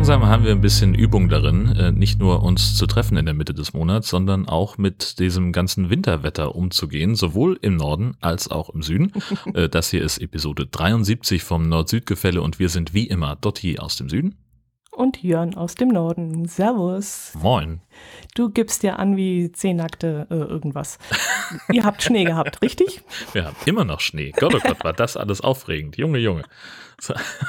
langsam haben wir ein bisschen Übung darin, nicht nur uns zu treffen in der Mitte des Monats, sondern auch mit diesem ganzen Winterwetter umzugehen, sowohl im Norden als auch im Süden. Das hier ist Episode 73 vom Nord-Süd-Gefälle und wir sind wie immer Dotti aus dem Süden. Und Jörn aus dem Norden. Servus. Moin. Du gibst dir an wie 10 Nackte irgendwas. Ihr habt Schnee gehabt, richtig? Wir haben immer noch Schnee. Gott, oh Gott, war das alles aufregend. Junge. So.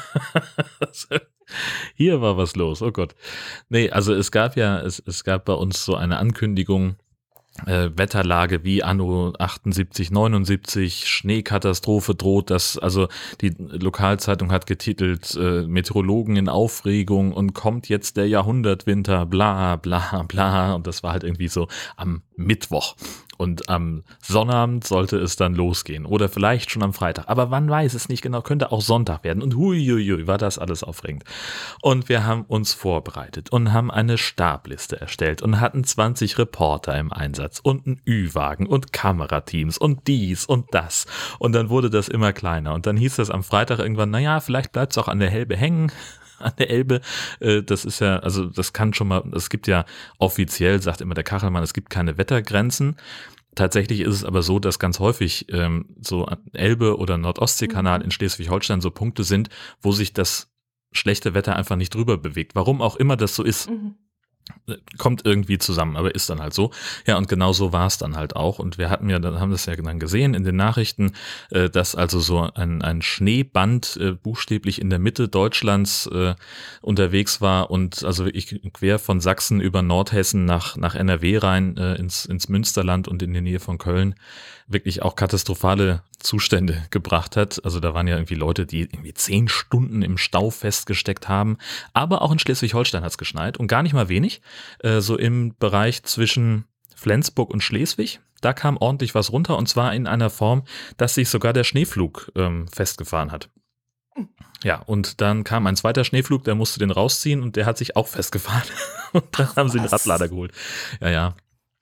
Hier war was los, oh Gott. Nee, also es gab bei uns so eine Ankündigung, Wetterlage wie anno 78, 79, Schneekatastrophe droht, also die Lokalzeitung hat getitelt, Meteorologen in Aufregung und kommt jetzt der Jahrhundertwinter, bla bla bla, und das war halt irgendwie so am Mittwoch. Und am Sonnabend sollte es dann losgehen oder vielleicht schon am Freitag, aber man weiß es nicht genau, könnte auch Sonntag werden und huiuiui, war das alles aufregend. Und wir haben uns vorbereitet und haben eine Stabliste erstellt und hatten 20 Reporter im Einsatz und einen Ü-Wagen und Kamerateams und dies und das. Und dann wurde das immer kleiner und dann hieß das am Freitag irgendwann, naja, vielleicht bleibt es auch an der Elbe hängen. An der Elbe, das ist ja, also das kann schon mal, es gibt ja offiziell, sagt immer der Kachelmann, es gibt keine Wettergrenzen. Tatsächlich ist es aber so, dass ganz häufig so Elbe- oder Nord-Ostsee-Kanal in Schleswig-Holstein so Punkte sind, wo sich das schlechte Wetter einfach nicht drüber bewegt. Warum auch immer das so ist. Kommt irgendwie zusammen, aber ist dann halt so. Ja, und genau so war es dann halt auch. Und wir haben das ja dann gesehen in den Nachrichten, dass also so ein Schneeband buchstäblich in der Mitte Deutschlands unterwegs war und also ich quer von Sachsen über Nordhessen nach NRW rein ins Münsterland und in die Nähe von Köln wirklich auch katastrophale Zustände gebracht hat. Also da waren ja irgendwie Leute, die irgendwie 10 Stunden im Stau festgesteckt haben. Aber auch in Schleswig-Holstein hat es geschneit und gar nicht mal wenig. So im Bereich zwischen Flensburg und Schleswig. Da kam ordentlich was runter und zwar in einer Form, dass sich sogar der Schneepflug festgefahren hat. Ja, und dann kam ein zweiter Schneepflug, der musste den rausziehen und der hat sich auch festgefahren. Und dann haben sie den Radlader geholt. Ja.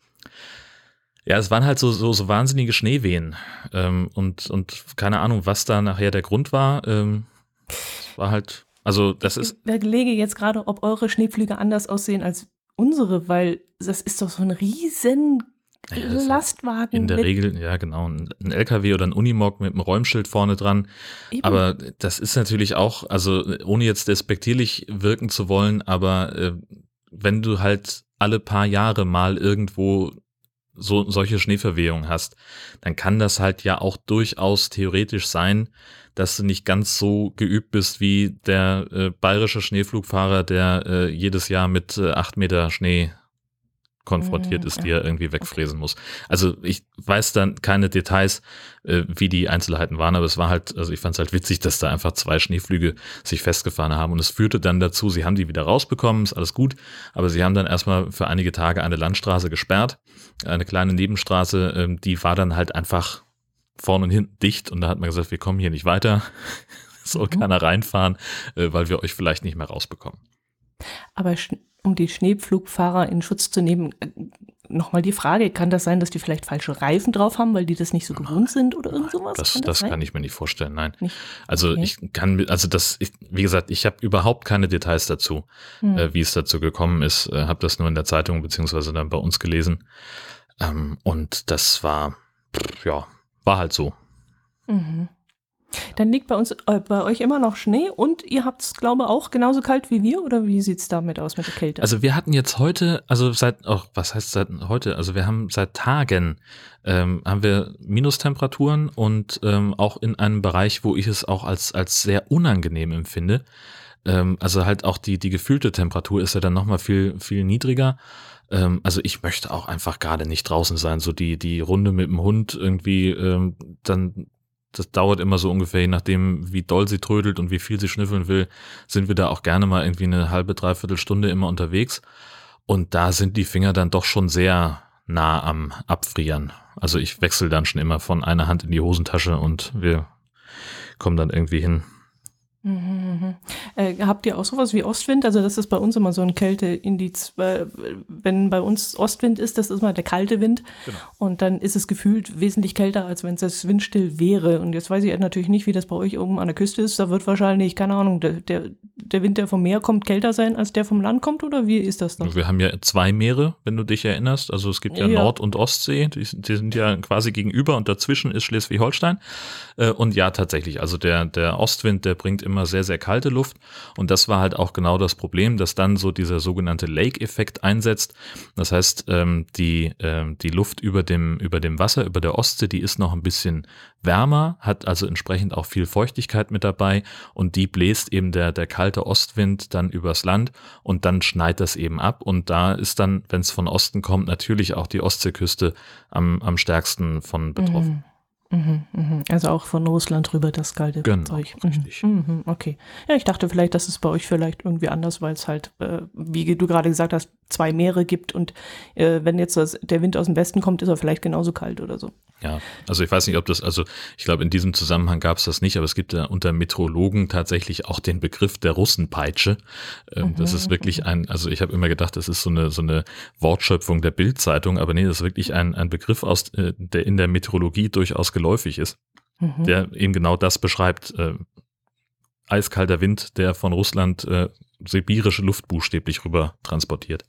Ja, es waren halt so wahnsinnige Schneewehen und keine Ahnung, was da nachher der Grund war. War halt, also das ist... Ich überlege jetzt gerade, ob eure Schneepflüge anders aussehen als unsere, weil das ist doch so ein riesen Lastwagen. In der Regel, ja genau, ein LKW oder ein Unimog mit einem Räumschild vorne dran. Eben. Aber das ist natürlich auch, also ohne jetzt despektierlich wirken zu wollen, aber wenn du halt alle paar Jahre mal irgendwo solche Schneeverwehungen hast, dann kann das halt ja auch durchaus theoretisch sein, dass du nicht ganz so geübt bist wie der bayerische Schneepflugfahrer, der jedes Jahr mit 8 Meter Schnee konfrontiert ist, die er irgendwie wegfräsen muss. Also ich weiß dann keine Details, wie die Einzelheiten waren, aber es war halt, also ich fand es halt witzig, dass da einfach 2 Schneeflüge sich festgefahren haben und es führte dann dazu, sie haben die wieder rausbekommen, ist alles gut, aber sie haben dann erstmal für einige Tage eine Landstraße gesperrt, eine kleine Nebenstraße, die war dann halt einfach vorne und hinten dicht und da hat man gesagt, wir kommen hier nicht weiter, soll keiner reinfahren, weil wir euch vielleicht nicht mehr rausbekommen. Aber um die Schneepflugfahrer in Schutz zu nehmen, nochmal die Frage, kann das sein, dass die vielleicht falsche Reifen drauf haben, weil die das nicht so gewohnt sind oder irgend sowas? Das kann ich mir nicht vorstellen, nein. Nicht? Also Okay. Wie gesagt, ich habe überhaupt keine Details dazu, wie es dazu gekommen ist, habe das nur in der Zeitung beziehungsweise dann bei uns gelesen und das war halt so. Mhm. Dann liegt bei euch immer noch Schnee und ihr habt es, glaube ich, auch genauso kalt wie wir, oder wie sieht es damit aus mit der Kälte? Also wir hatten jetzt heute, was heißt seit heute? Also wir haben seit Tagen, haben wir Minustemperaturen und auch in einem Bereich, wo ich es auch als sehr unangenehm empfinde. Also halt auch die gefühlte Temperatur ist ja dann nochmal viel, viel niedriger. Also ich möchte auch einfach gerade nicht draußen sein, so die Runde mit dem Hund irgendwie dann... Das dauert immer so ungefähr, je nachdem, wie doll sie trödelt und wie viel sie schnüffeln will, sind wir da auch gerne mal irgendwie eine halbe, dreiviertel Stunde immer unterwegs. Und da sind die Finger dann doch schon sehr nah am Abfrieren. Also ich wechsle dann schon immer von einer Hand in die Hosentasche und wir kommen dann irgendwie hin. Habt ihr auch sowas wie Ostwind? Also das ist bei uns immer so ein Kälteindiz. Wenn bei uns Ostwind ist, das ist mal der kalte Wind. Genau. Und dann ist es gefühlt wesentlich kälter, als wenn es das windstill wäre. Und jetzt weiß ich natürlich nicht, wie das bei euch oben an der Küste ist. Da wird wahrscheinlich, keine Ahnung, der der Wind, der vom Meer kommt, kälter sein, als der vom Land kommt, oder wie ist das dann? Wir haben ja 2 Meere, wenn du dich erinnerst. Also es gibt ja Nord- und Ostsee, die sind ja quasi gegenüber und dazwischen ist Schleswig-Holstein. Und ja, tatsächlich, also der Ostwind, der bringt immer sehr, sehr kalte Luft. Und das war halt auch genau das Problem, dass dann so dieser sogenannte Lake-Effekt einsetzt. Das heißt, die Luft über dem Wasser, über der Ostsee, die ist noch ein bisschen wärmer, hat also entsprechend auch viel Feuchtigkeit mit dabei und die bläst eben der kalte Ostwind dann übers Land und dann schneit das eben ab und da ist dann, wenn es von Osten kommt, natürlich auch die Ostseeküste am stärksten von betroffen. Also auch von Russland rüber das kalte Zeug. Richtig. Okay. Ja, ich dachte vielleicht, dass es bei euch vielleicht irgendwie anders, weil es halt, wie du gerade gesagt hast, 2 Meere gibt und wenn jetzt der Wind aus dem Westen kommt, ist er vielleicht genauso kalt oder so. Ja, also ich weiß nicht, ob das, also ich glaube, in diesem Zusammenhang gab es das nicht, aber es gibt ja unter Meteorologen tatsächlich auch den Begriff der Russenpeitsche. Das ist wirklich also ich habe immer gedacht, das ist so eine Wortschöpfung der Bild-Zeitung, aber nee, das ist wirklich ein Begriff der in der Meteorologie durchaus geläufig ist, der eben genau das beschreibt. Eiskalter Wind, der von Russland sibirische Luft buchstäblich rüber transportiert.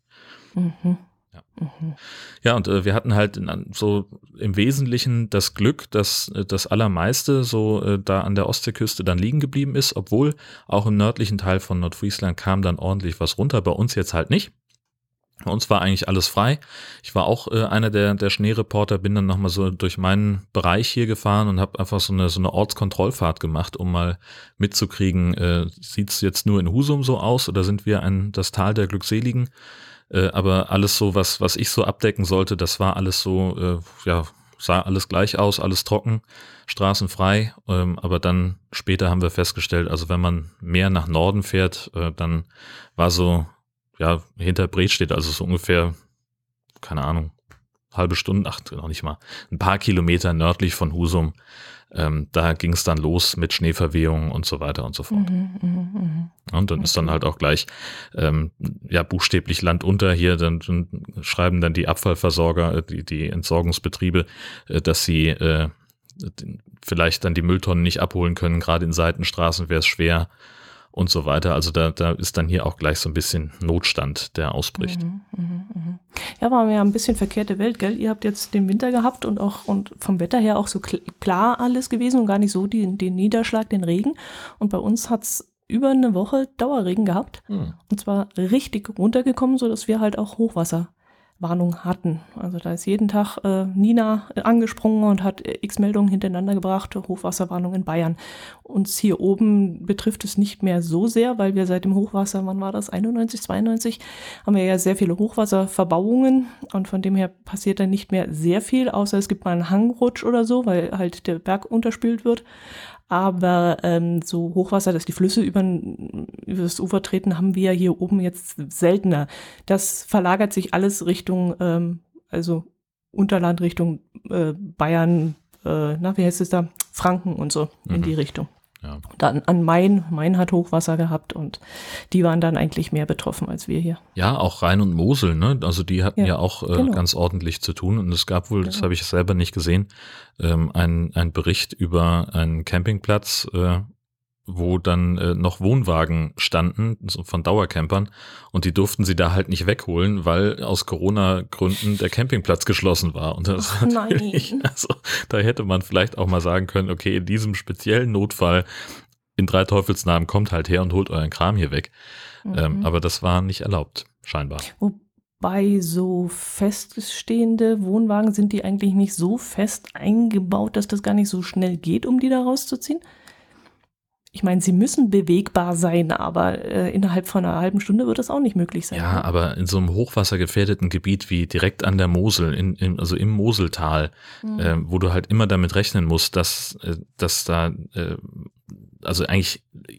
Ja, und wir hatten halt so im Wesentlichen das Glück, dass das Allermeiste so da an der Ostseeküste dann liegen geblieben ist, obwohl auch im nördlichen Teil von Nordfriesland kam dann ordentlich was runter, bei uns jetzt halt nicht. Bei uns war eigentlich alles frei. Ich war auch einer der Schneereporter, bin dann nochmal so durch meinen Bereich hier gefahren und habe einfach so eine Ortskontrollfahrt gemacht, um mal mitzukriegen, sieht es jetzt nur in Husum so aus oder sind wir das Tal der Glückseligen? Aber alles so, was ich so abdecken sollte, das war alles so, sah alles gleich aus, alles trocken, straßenfrei. Aber dann später haben wir festgestellt, also wenn man mehr nach Norden fährt, dann war so, hinter Bredstedt, also so ungefähr, keine Ahnung, halbe Stunde, noch nicht mal, ein paar Kilometer nördlich von Husum. Da ging es dann los mit Schneeverwehungen und so weiter und so fort. Und dann ist dann halt auch gleich buchstäblich Land unter hier, dann schreiben dann die Abfallversorger, die Entsorgungsbetriebe, dass sie vielleicht dann die Mülltonnen nicht abholen können, gerade in Seitenstraßen wäre es schwer und so weiter. Also da ist dann hier auch gleich so ein bisschen Notstand, der ausbricht. Ja, war mir ja ein bisschen verkehrte Welt, gell? Ihr habt jetzt den Winter gehabt und vom Wetter her auch so klar alles gewesen und gar nicht so den Niederschlag, den Regen. Und bei uns hat es über eine Woche Dauerregen gehabt. Und zwar richtig runtergekommen, sodass wir halt auch Hochwasserwarnung hatten. Also da ist jeden Tag Nina angesprungen und hat x Meldungen hintereinander gebracht, Hochwasserwarnung in Bayern. Uns hier oben betrifft es nicht mehr so sehr, weil wir seit dem Hochwasser, wann war das, 91, 92, haben wir ja sehr viele Hochwasserverbauungen und von dem her passiert dann nicht mehr sehr viel, außer es gibt mal einen Hangrutsch oder so, weil halt der Berg unterspült wird. Aber so Hochwasser, dass die Flüsse über das Ufer treten, haben wir hier oben jetzt seltener. Das verlagert sich alles Richtung, also Unterland, Richtung Bayern, wie heißt es da? Franken und so in die Richtung. Ja. Dann an Main hat Hochwasser gehabt und die waren dann eigentlich mehr betroffen als wir hier. Ja, auch Rhein und Mosel, ne? Also die hatten ja auch ganz ordentlich zu tun und es gab wohl, das habe ich selber nicht gesehen, ein Bericht über einen Campingplatz, wo dann noch Wohnwagen standen, so von Dauercampern und die durften sie da halt nicht wegholen, weil aus Corona-Gründen der Campingplatz geschlossen war. Und das natürlich, also da hätte man vielleicht auch mal sagen können, okay, in diesem speziellen Notfall in 3 Teufelsnamen kommt halt her und holt euren Kram hier weg. Aber das war nicht erlaubt, scheinbar. Wobei so feststehende Wohnwagen sind die eigentlich nicht so fest eingebaut, dass das gar nicht so schnell geht, um die da rauszuziehen? Ich meine, sie müssen bewegbar sein, aber innerhalb von einer halben Stunde wird das auch nicht möglich sein. Ja, aber in so einem hochwassergefährdeten Gebiet wie direkt an der Mosel, also im Moseltal, wo du halt immer damit rechnen musst, dass da also eigentlich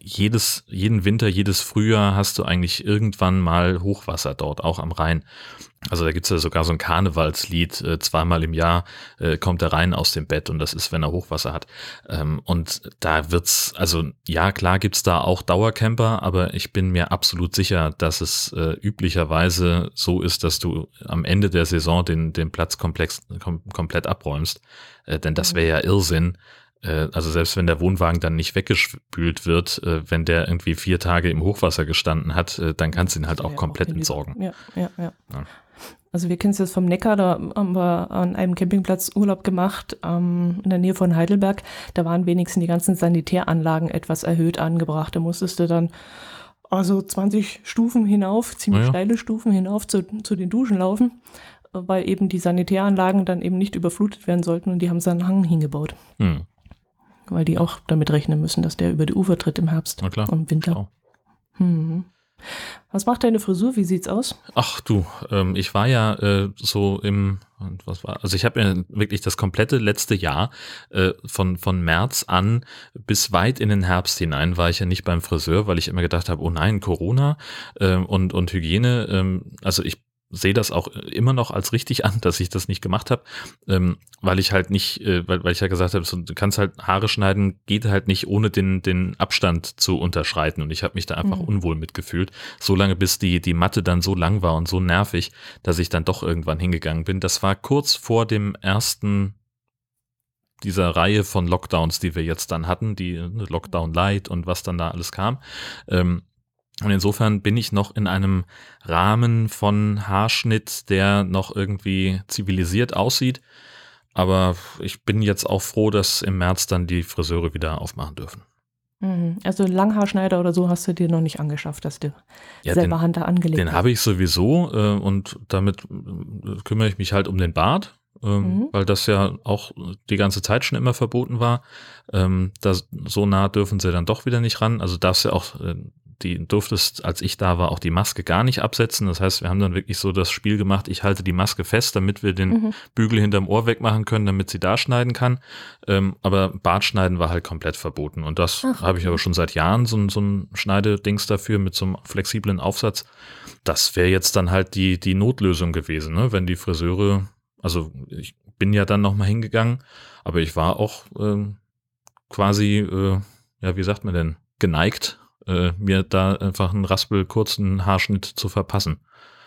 jeden Winter, jedes Frühjahr hast du eigentlich irgendwann mal Hochwasser dort, auch am Rhein. Also da gibt's ja sogar so ein Karnevalslied, 2-mal im Jahr kommt der Rhein aus dem Bett und das ist, wenn er Hochwasser hat. Und da wird's, also ja, klar gibt's da auch Dauercamper, aber ich bin mir absolut sicher, dass es üblicherweise so ist, dass du am Ende der Saison den Platz komplett abräumst, denn das wäre ja Irrsinn. also selbst wenn der Wohnwagen dann nicht weggespült wird, wenn der irgendwie 4 Tage im Hochwasser gestanden hat, dann kannst du ihn halt auch komplett entsorgen. Ja. Also wir kennen es jetzt vom Neckar, da haben wir an einem Campingplatz Urlaub gemacht, in der Nähe von Heidelberg. Da waren wenigstens die ganzen Sanitäranlagen etwas erhöht angebracht. Da musstest du dann also 20 Stufen hinauf, ziemlich steile Stufen hinauf zu den Duschen laufen, weil eben die Sanitäranlagen dann eben nicht überflutet werden sollten und die haben so einen Hang hingebaut. Weil die auch damit rechnen müssen, dass der über die Ufer tritt im Herbst und im Winter. Was macht deine Frisur? Wie sieht's aus? Ach du, ich war ja also ich habe ja wirklich das komplette letzte Jahr von März an bis weit in den Herbst hinein war ich ja nicht beim Friseur, weil ich immer gedacht habe, oh nein, Corona und Hygiene, also ich sehe das auch immer noch als richtig an, dass ich das nicht gemacht habe, weil ich halt nicht, weil ich ja gesagt habe, so, du kannst halt Haare schneiden, geht halt nicht, ohne den Abstand zu unterschreiten und ich habe mich da einfach unwohl mitgefühlt, so lange bis die Matte dann so lang war und so nervig, dass ich dann doch irgendwann hingegangen bin. Das war kurz vor dem ersten dieser Reihe von Lockdowns, die wir jetzt dann hatten, die Lockdown Light und was dann da alles kam. Und insofern bin ich noch in einem Rahmen von Haarschnitt, der noch irgendwie zivilisiert aussieht. Aber ich bin jetzt auch froh, dass im März dann die Friseure wieder aufmachen dürfen. Also Langhaarschneider oder so hast du dir noch nicht angeschafft, dass du selber Hand angelegt hast. Den habe ich sowieso und damit kümmere ich mich halt um den Bart, weil das ja auch die ganze Zeit schon immer verboten war. So nah dürfen sie dann doch wieder nicht ran. Also darfst ja auch durftest, als ich da war, auch die Maske gar nicht absetzen. Das heißt, wir haben dann wirklich so das Spiel gemacht, ich halte die Maske fest, damit wir den Bügel hinterm Ohr wegmachen können, damit sie da schneiden kann. Aber Bartschneiden war halt komplett verboten. Und das habe ich aber schon seit Jahren, so ein Schneidedings dafür mit so einem flexiblen Aufsatz. Das wäre jetzt dann halt die Notlösung gewesen, ne? Wenn die Friseure, also ich bin ja dann nochmal hingegangen, aber ich war auch quasi, wie sagt man denn, geneigt, mir da einfach einen raspelkurzen Haarschnitt zu verpassen.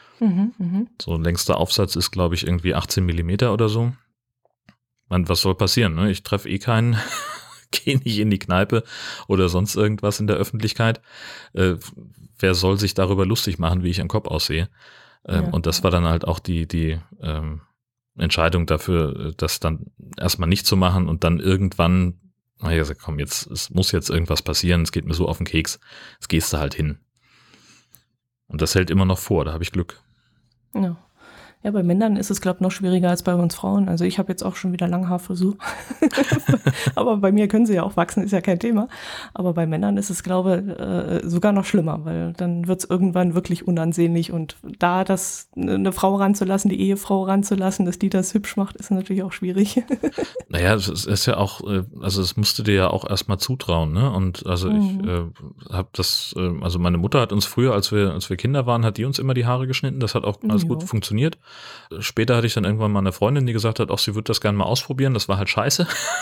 So ein längster Aufsatz ist, glaube ich, irgendwie 18 Millimeter oder so. Was soll passieren? Ne? Ich treffe keinen, gehe nicht in die Kneipe oder sonst irgendwas in der Öffentlichkeit. Wer soll sich darüber lustig machen, wie ich am Kopf aussehe? Und das war dann halt auch die Entscheidung dafür, das dann erstmal nicht zu machen und dann irgendwann ich gesagt, komm, es muss jetzt irgendwas passieren, es geht mir so auf den Keks, jetzt gehst du halt hin. Und das hält immer noch vor, da habe ich Glück. Ja, bei Männern ist es, glaube ich, noch schwieriger als bei uns Frauen. Also ich habe jetzt auch schon wieder Langhaarfrisur. Aber bei mir können sie ja auch wachsen, ist ja kein Thema. Aber bei Männern ist es, glaube ich, sogar noch schlimmer, weil dann wird es irgendwann wirklich unansehnlich. Und da eine Frau ranzulassen, die Ehefrau ranzulassen, dass die das hübsch macht, ist natürlich auch schwierig. Naja, es ist ja auch, also es musst du dir ja auch erstmal zutrauen, ne? Und also ich habe das, also meine Mutter hat uns früher, als wir Kinder waren, hat die uns immer die Haare geschnitten. Das hat auch alles gut funktioniert. Später hatte ich dann irgendwann mal eine Freundin, die gesagt hat, sie würde das gerne mal ausprobieren. Das war halt scheiße.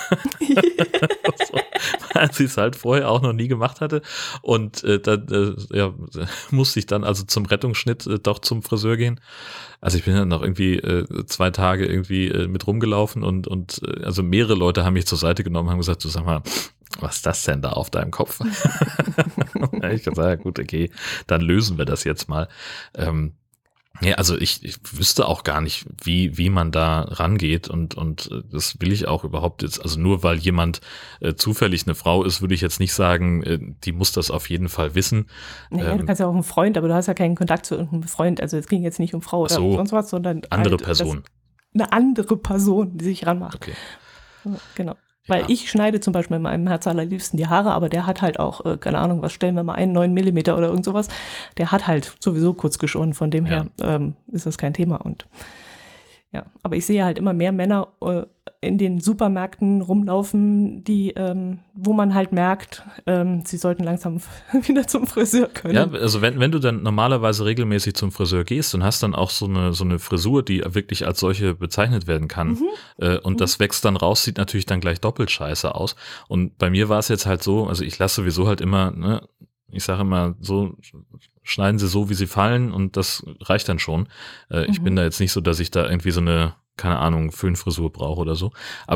Weil sie es halt vorher auch noch nie gemacht hatte. Und dann musste ich dann also zum Rettungsschnitt doch zum Friseur gehen. Also ich bin dann noch irgendwie 2 Tage irgendwie mit rumgelaufen und also mehrere Leute haben mich zur Seite genommen und haben gesagt, du sag mal, was ist das denn da auf deinem Kopf? Da ich gesagt, ja gut, okay, dann lösen wir das jetzt mal. Ja, also ich wüsste auch gar nicht, wie man da rangeht und das will ich auch überhaupt jetzt, also nur weil jemand zufällig eine Frau ist, würde ich jetzt nicht sagen, die muss das auf jeden Fall wissen. Naja, du kannst ja auch einen Freund, aber du hast ja keinen Kontakt zu irgendeinem Freund, also es ging jetzt nicht um Frau oder sonst was, sondern andere Person. Eine andere Person, die sich ranmacht. Okay. Genau. Weil ich schneide zum Beispiel meinem Herz allerliebsten die Haare, aber der hat halt auch, keine Ahnung, was stellen wir mal ein, 9 Millimeter oder irgend sowas. Der hat halt sowieso kurz geschoren, von dem her ist das kein Thema. Und ja, aber ich sehe halt immer mehr Männer in den Supermärkten rumlaufen, die, wo man halt merkt, sie sollten langsam wieder zum Friseur können. Ja, also wenn du dann normalerweise regelmäßig zum Friseur gehst und hast dann auch so eine Frisur, die wirklich als solche bezeichnet werden kann und das wächst dann raus, sieht natürlich dann gleich doppelt scheiße aus. Und bei mir war es jetzt halt so, also ich lasse sowieso halt immer, ne, ich sage immer so, schneiden sie so, wie sie fallen und das reicht dann schon. Ich bin da jetzt nicht so, dass ich da irgendwie so eine, keine Ahnung, Föhnfrisur brauche oder so. Aber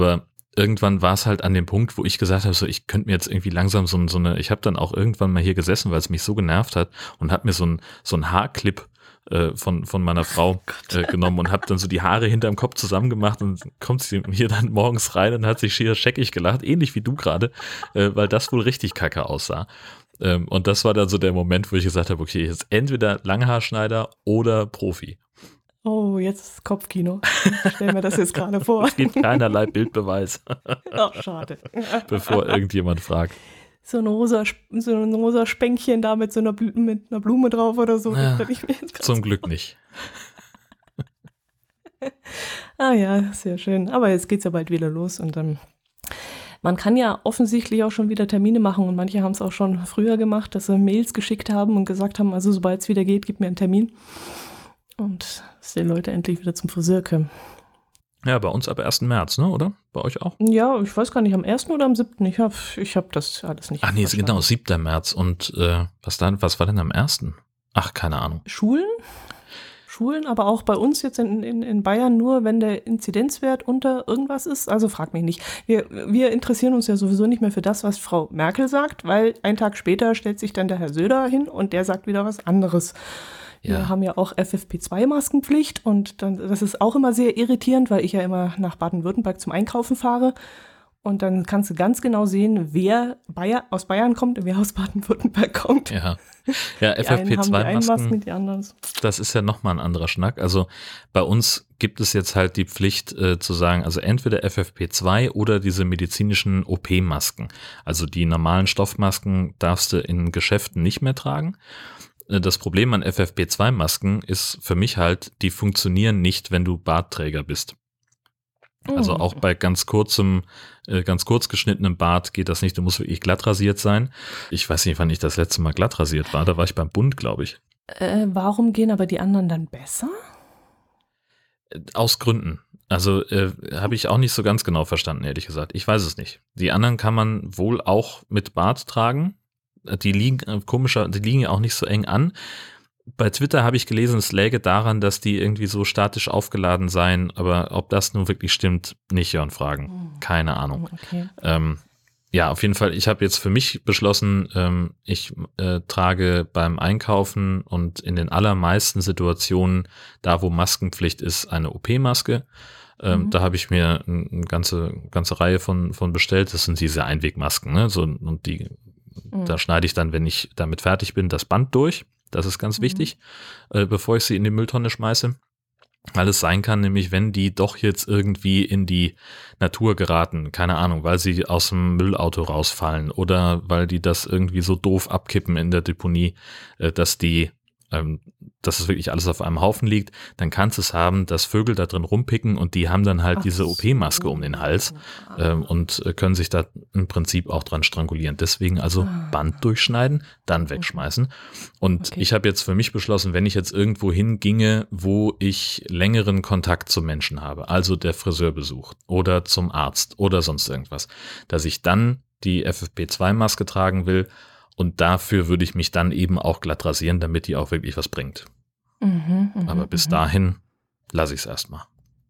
irgendwann war es halt an dem Punkt, wo ich gesagt habe, so ich könnte mir jetzt irgendwie langsam ich habe dann auch irgendwann mal hier gesessen, weil es mich so genervt hat und habe mir so ein Haarclip von meiner Frau genommen und habe dann so die Haare hinterm Kopf zusammengemacht und kommt sie hier dann morgens rein und hat sich schier scheckig gelacht, ähnlich wie du gerade, weil das wohl richtig kacke aussah. Und das war dann so der Moment, wo ich gesagt habe, okay, jetzt entweder Langhaarschneider oder Profi. Oh, jetzt Kopfkino. Ich stell mir das jetzt gerade vor. Es gibt keinerlei Bildbeweis. Ach, schade. Bevor irgendjemand fragt. So ein rosa Spänkchen da mit einer Blume drauf oder so. Ja, Das ich mir jetzt zum Glück nicht. Ah ja, sehr schön. Aber jetzt geht's ja bald wieder los und dann. Man kann ja offensichtlich auch schon wieder Termine machen und manche haben es auch schon früher gemacht, dass sie Mails geschickt haben und gesagt haben, also sobald es wieder geht, gib mir einen Termin. Und dass die Leute endlich wieder zum Friseur können. Ja, bei uns ab 1. März, ne, oder? Bei euch auch? Ja, ich weiß gar nicht, am 1. oder am 7. Ich hab das alles nicht Nee, verstanden. genau, 7. März. Und was war denn am 1.? Ach, keine Ahnung. Schulen, aber auch bei uns jetzt in Bayern nur, wenn der Inzidenzwert unter irgendwas ist. Also frag mich nicht. Wir interessieren uns ja sowieso nicht mehr für das, was Frau Merkel sagt, weil einen Tag später stellt sich dann der Herr Söder hin und der sagt wieder was anderes. Ja. Wir haben ja auch FFP2-Maskenpflicht und dann, das ist auch immer sehr irritierend, weil ich ja immer nach Baden-Württemberg zum Einkaufen fahre und dann kannst du ganz genau sehen, wer aus Bayern kommt und wer aus Baden-Württemberg kommt. Ja, Die einen haben die einen Masken, die anderen. das ist ja nochmal ein anderer Schnack. Also bei uns gibt es jetzt halt die Pflicht zu sagen, also entweder FFP2 oder diese medizinischen OP-Masken. Also die normalen Stoffmasken darfst du in Geschäften nicht mehr tragen. Das Problem an FFP2-Masken ist für mich halt, die funktionieren nicht, wenn du Bartträger bist. Also auch bei ganz kurz geschnittenem Bart geht das nicht. Du musst wirklich glatt rasiert sein. Ich weiß nicht, wann ich das letzte Mal glatt rasiert war. Da war ich beim Bund, glaube ich. Warum gehen aber die anderen dann besser? Aus Gründen. Also habe ich auch nicht so ganz genau verstanden, ehrlich gesagt. Ich weiß es nicht. Die anderen kann man wohl auch mit Bart tragen. Die liegen ja auch nicht so eng an. Bei Twitter habe ich gelesen, es läge daran, dass die irgendwie so statisch aufgeladen seien, aber ob das nun wirklich stimmt, nicht Jörn fragen. Keine Ahnung. Okay. Ja, auf jeden Fall, ich habe jetzt für mich beschlossen, ich trage beim Einkaufen und in den allermeisten Situationen, da wo Maskenpflicht ist, eine OP-Maske. Da habe ich mir eine ganze Reihe von bestellt. Das sind diese Einwegmasken, ne? Und da schneide ich dann, wenn ich damit fertig bin, das Band durch. Das ist ganz wichtig, bevor ich sie in die Mülltonne schmeiße. Weil es sein kann, nämlich wenn die doch jetzt irgendwie in die Natur geraten, keine Ahnung, weil sie aus dem Müllauto rausfallen oder weil die das irgendwie so doof abkippen in der Deponie, dass es wirklich alles auf einem Haufen liegt, dann kannst du es haben, dass Vögel da drin rumpicken und die haben dann halt diese OP-Maske um den Hals und können sich da im Prinzip auch dran strangulieren. Deswegen also Band durchschneiden, dann wegschmeißen. Und ich habe jetzt für mich beschlossen, wenn ich jetzt irgendwo hinginge, wo ich längeren Kontakt zu Menschen habe, also der Friseurbesuch oder zum Arzt oder sonst irgendwas, dass ich dann die FFP2-Maske tragen will. Und dafür würde ich mich dann eben auch glatt rasieren, damit die auch wirklich was bringt. Aber bis dahin lasse ich es erstmal.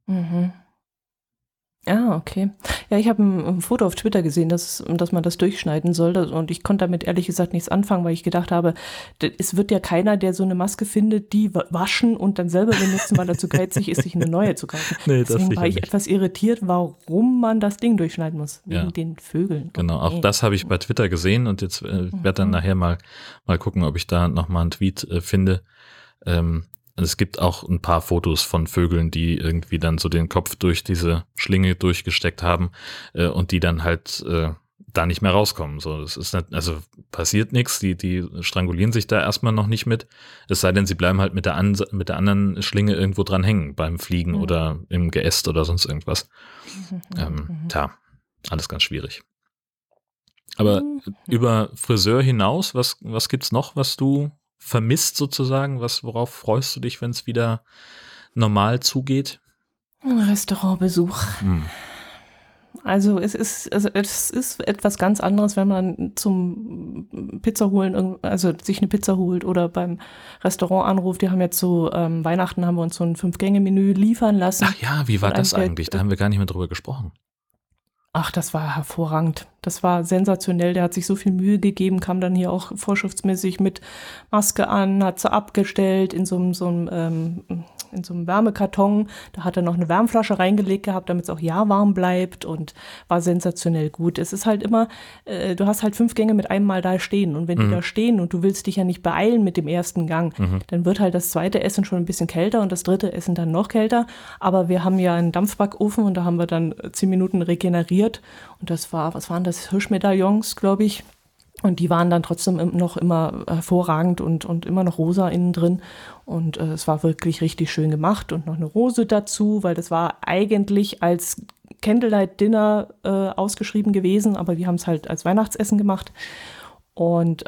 Ah, okay. Ja, ich habe ein Foto auf Twitter gesehen, dass man das durchschneiden soll. Und ich konnte damit ehrlich gesagt nichts anfangen, weil ich gedacht habe, es wird ja keiner, der so eine Maske findet, die waschen und dann selber benutzen, weil er zu geizig ist, sich eine neue zu kaufen. Nee, Deswegen war ich etwas irritiert, warum man das Ding durchschneiden muss. Wegen den Vögeln. Genau, auch das habe ich bei Twitter gesehen und jetzt werde dann nachher mal gucken, ob ich da nochmal einen Tweet finde. Es gibt auch ein paar Fotos von Vögeln, die irgendwie dann so den Kopf durch diese Schlinge durchgesteckt haben und die dann halt da nicht mehr rauskommen. So, das ist nicht, also passiert nichts, die strangulieren sich da erstmal noch nicht mit, es sei denn, sie bleiben halt mit der anderen Schlinge irgendwo dran hängen, beim Fliegen oder im Geäst oder sonst irgendwas. Tja, alles ganz schwierig. Aber über Friseur hinaus, was gibt's noch, was du vermisst sozusagen? Worauf freust du dich, wenn es wieder normal zugeht? Restaurantbesuch. Also es ist etwas ganz anderes, wenn man zum Pizza holen, also sich eine Pizza holt oder beim Restaurant anruft. Die haben jetzt so, Weihnachten haben wir uns so ein 5-Gänge-Menü liefern lassen. Ach ja, wie war das eigentlich? Da haben wir gar nicht mehr drüber gesprochen. Ach, das war hervorragend. Das war sensationell. Der hat sich so viel Mühe gegeben, kam dann hier auch vorschriftsmäßig mit Maske an, hat sie abgestellt in so einem Wärmekarton. Da hat er noch eine Wärmflasche reingelegt gehabt, damit es auch warm bleibt und war sensationell gut. Es ist halt immer, du hast halt 5 Gänge mit einem Mal da stehen und wenn die da stehen und du willst dich ja nicht beeilen mit dem ersten Gang, dann wird halt das zweite Essen schon ein bisschen kälter und das dritte Essen dann noch kälter. Aber wir haben ja einen Dampfbackofen und da haben wir dann 10 Minuten regeneriert und das war, was waren das, Hirschmedaillons, glaube ich. Und die waren dann trotzdem noch immer hervorragend und immer noch rosa innen drin. Und es war wirklich richtig schön gemacht und noch eine Rose dazu, weil das war eigentlich als Candlelight Dinner ausgeschrieben gewesen, aber wir haben es halt als Weihnachtsessen gemacht. Und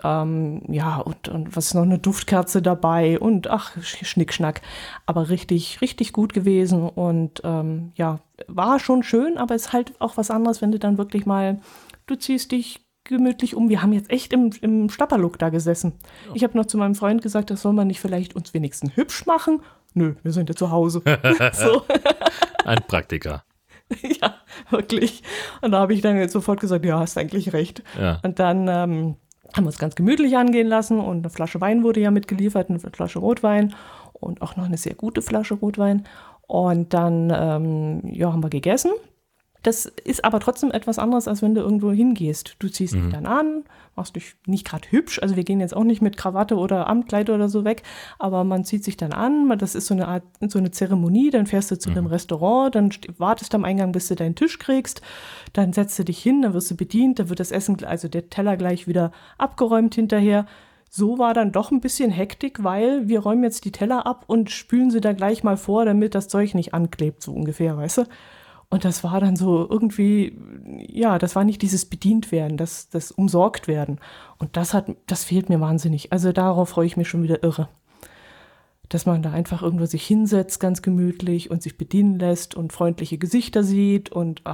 und was ist noch, eine Duftkerze dabei und ach, Schnickschnack. Aber richtig, richtig gut gewesen und war schon schön, aber es ist halt auch was anderes, wenn du dann wirklich mal, du ziehst dich gemütlich um. Wir haben jetzt echt im Stapperlook da gesessen. Ich habe noch zu meinem Freund gesagt, das soll man nicht vielleicht uns wenigstens hübsch machen? Nö, wir sind ja zu Hause. So. Ein Praktiker. Ja, wirklich. Und da habe ich dann jetzt sofort gesagt, ja, hast eigentlich recht. Ja. Und dann haben wir es ganz gemütlich angehen lassen und eine Flasche Wein wurde ja mitgeliefert, eine Flasche Rotwein und auch noch eine sehr gute Flasche Rotwein. Und dann haben wir gegessen. Das ist aber trotzdem etwas anderes, als wenn du irgendwo hingehst. Du ziehst dich dann an, machst dich nicht gerade hübsch, also wir gehen jetzt auch nicht mit Krawatte oder Amtkleid oder so weg, aber man zieht sich dann an, das ist so eine Art, so eine Zeremonie, dann fährst du zu einem Restaurant, dann wartest du am Eingang, bis du deinen Tisch kriegst, dann setzt du dich hin, dann wirst du bedient, dann wird das Essen, also der Teller gleich wieder abgeräumt hinterher. So war dann doch ein bisschen Hektik, weil wir räumen jetzt die Teller ab und spülen sie da gleich mal vor, damit das Zeug nicht anklebt, so ungefähr, weißt du? Und das war dann so irgendwie, ja, das war nicht dieses Bedient-Werden, das Umsorgt-Werden. Und das fehlt mir wahnsinnig. Also darauf freue ich mich schon wieder irre. Dass man da einfach irgendwo sich hinsetzt, ganz gemütlich und sich bedienen lässt und freundliche Gesichter sieht und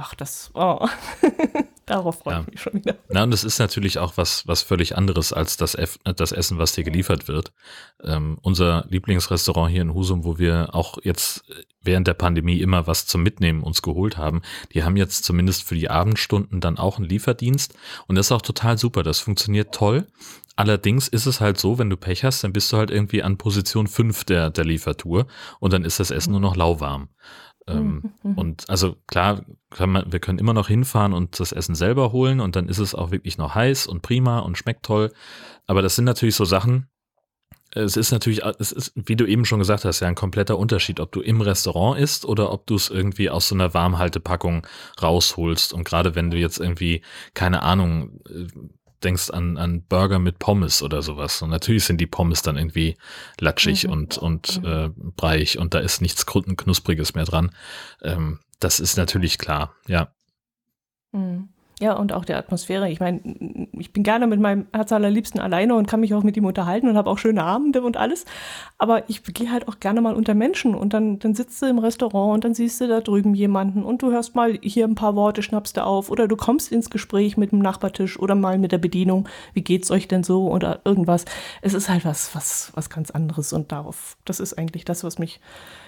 darauf freue ich mich schon wieder. Na, und es ist natürlich auch was völlig anderes als das Essen, was dir geliefert wird. Unser Lieblingsrestaurant hier in Husum, wo wir auch jetzt während der Pandemie immer was zum Mitnehmen uns geholt haben, die haben jetzt zumindest für die Abendstunden dann auch einen Lieferdienst und das ist auch total super, das funktioniert toll. Allerdings ist es halt so, wenn du Pech hast, dann bist du halt irgendwie an Position 5 der Liefertour und dann ist das Essen nur noch lauwarm. Und also klar, wir können immer noch hinfahren und das Essen selber holen und dann ist es auch wirklich noch heiß und prima und schmeckt toll. Aber das sind natürlich so Sachen, es ist, wie du eben schon gesagt hast, ja ein kompletter Unterschied, ob du im Restaurant isst oder ob du es irgendwie aus so einer Warmhaltepackung rausholst. Und gerade wenn du jetzt irgendwie, keine Ahnung, denkst an Burger mit Pommes oder sowas. Und natürlich sind die Pommes dann irgendwie latschig und breiig und da ist nichts Knuspriges mehr dran. Das ist natürlich klar, ja. Ja, und auch der Atmosphäre. Ich meine, ich bin gerne mit meinem Herz allerliebsten alleine und kann mich auch mit ihm unterhalten und habe auch schöne Abende und alles. Aber ich gehe halt auch gerne mal unter Menschen und dann sitzt du im Restaurant und dann siehst du da drüben jemanden und du hörst mal hier ein paar Worte, schnappst du auf oder du kommst ins Gespräch mit dem Nachbartisch oder mal mit der Bedienung. Wie geht's euch denn so oder irgendwas? Es ist halt was ganz anderes und das ist eigentlich das, was ich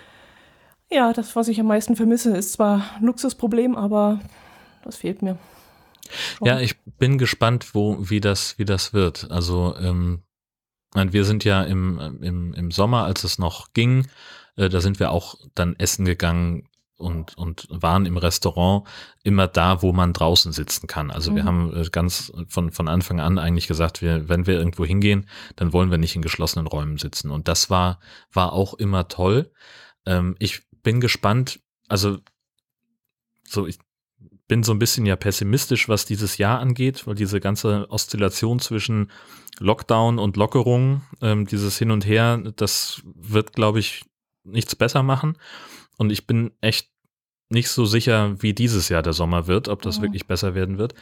am meisten vermisse. Ist zwar ein Luxusproblem, aber das fehlt mir. Ja, ich bin gespannt, wie das wird. Also wir sind ja im Sommer, als es noch ging, da sind wir auch dann essen gegangen und waren im Restaurant immer da, wo man draußen sitzen kann. Also wir haben ganz von Anfang an eigentlich gesagt, wenn wir irgendwo hingehen, dann wollen wir nicht in geschlossenen Räumen sitzen. Und das war auch immer toll. Ich bin gespannt, also ich bin so ein bisschen ja pessimistisch, was dieses Jahr angeht, weil diese ganze Oszillation zwischen Lockdown und Lockerung, dieses Hin und Her, das wird, glaube ich, nichts besser machen. Und ich bin echt nicht so sicher, wie dieses Jahr der Sommer wird, ob das wirklich besser werden wird.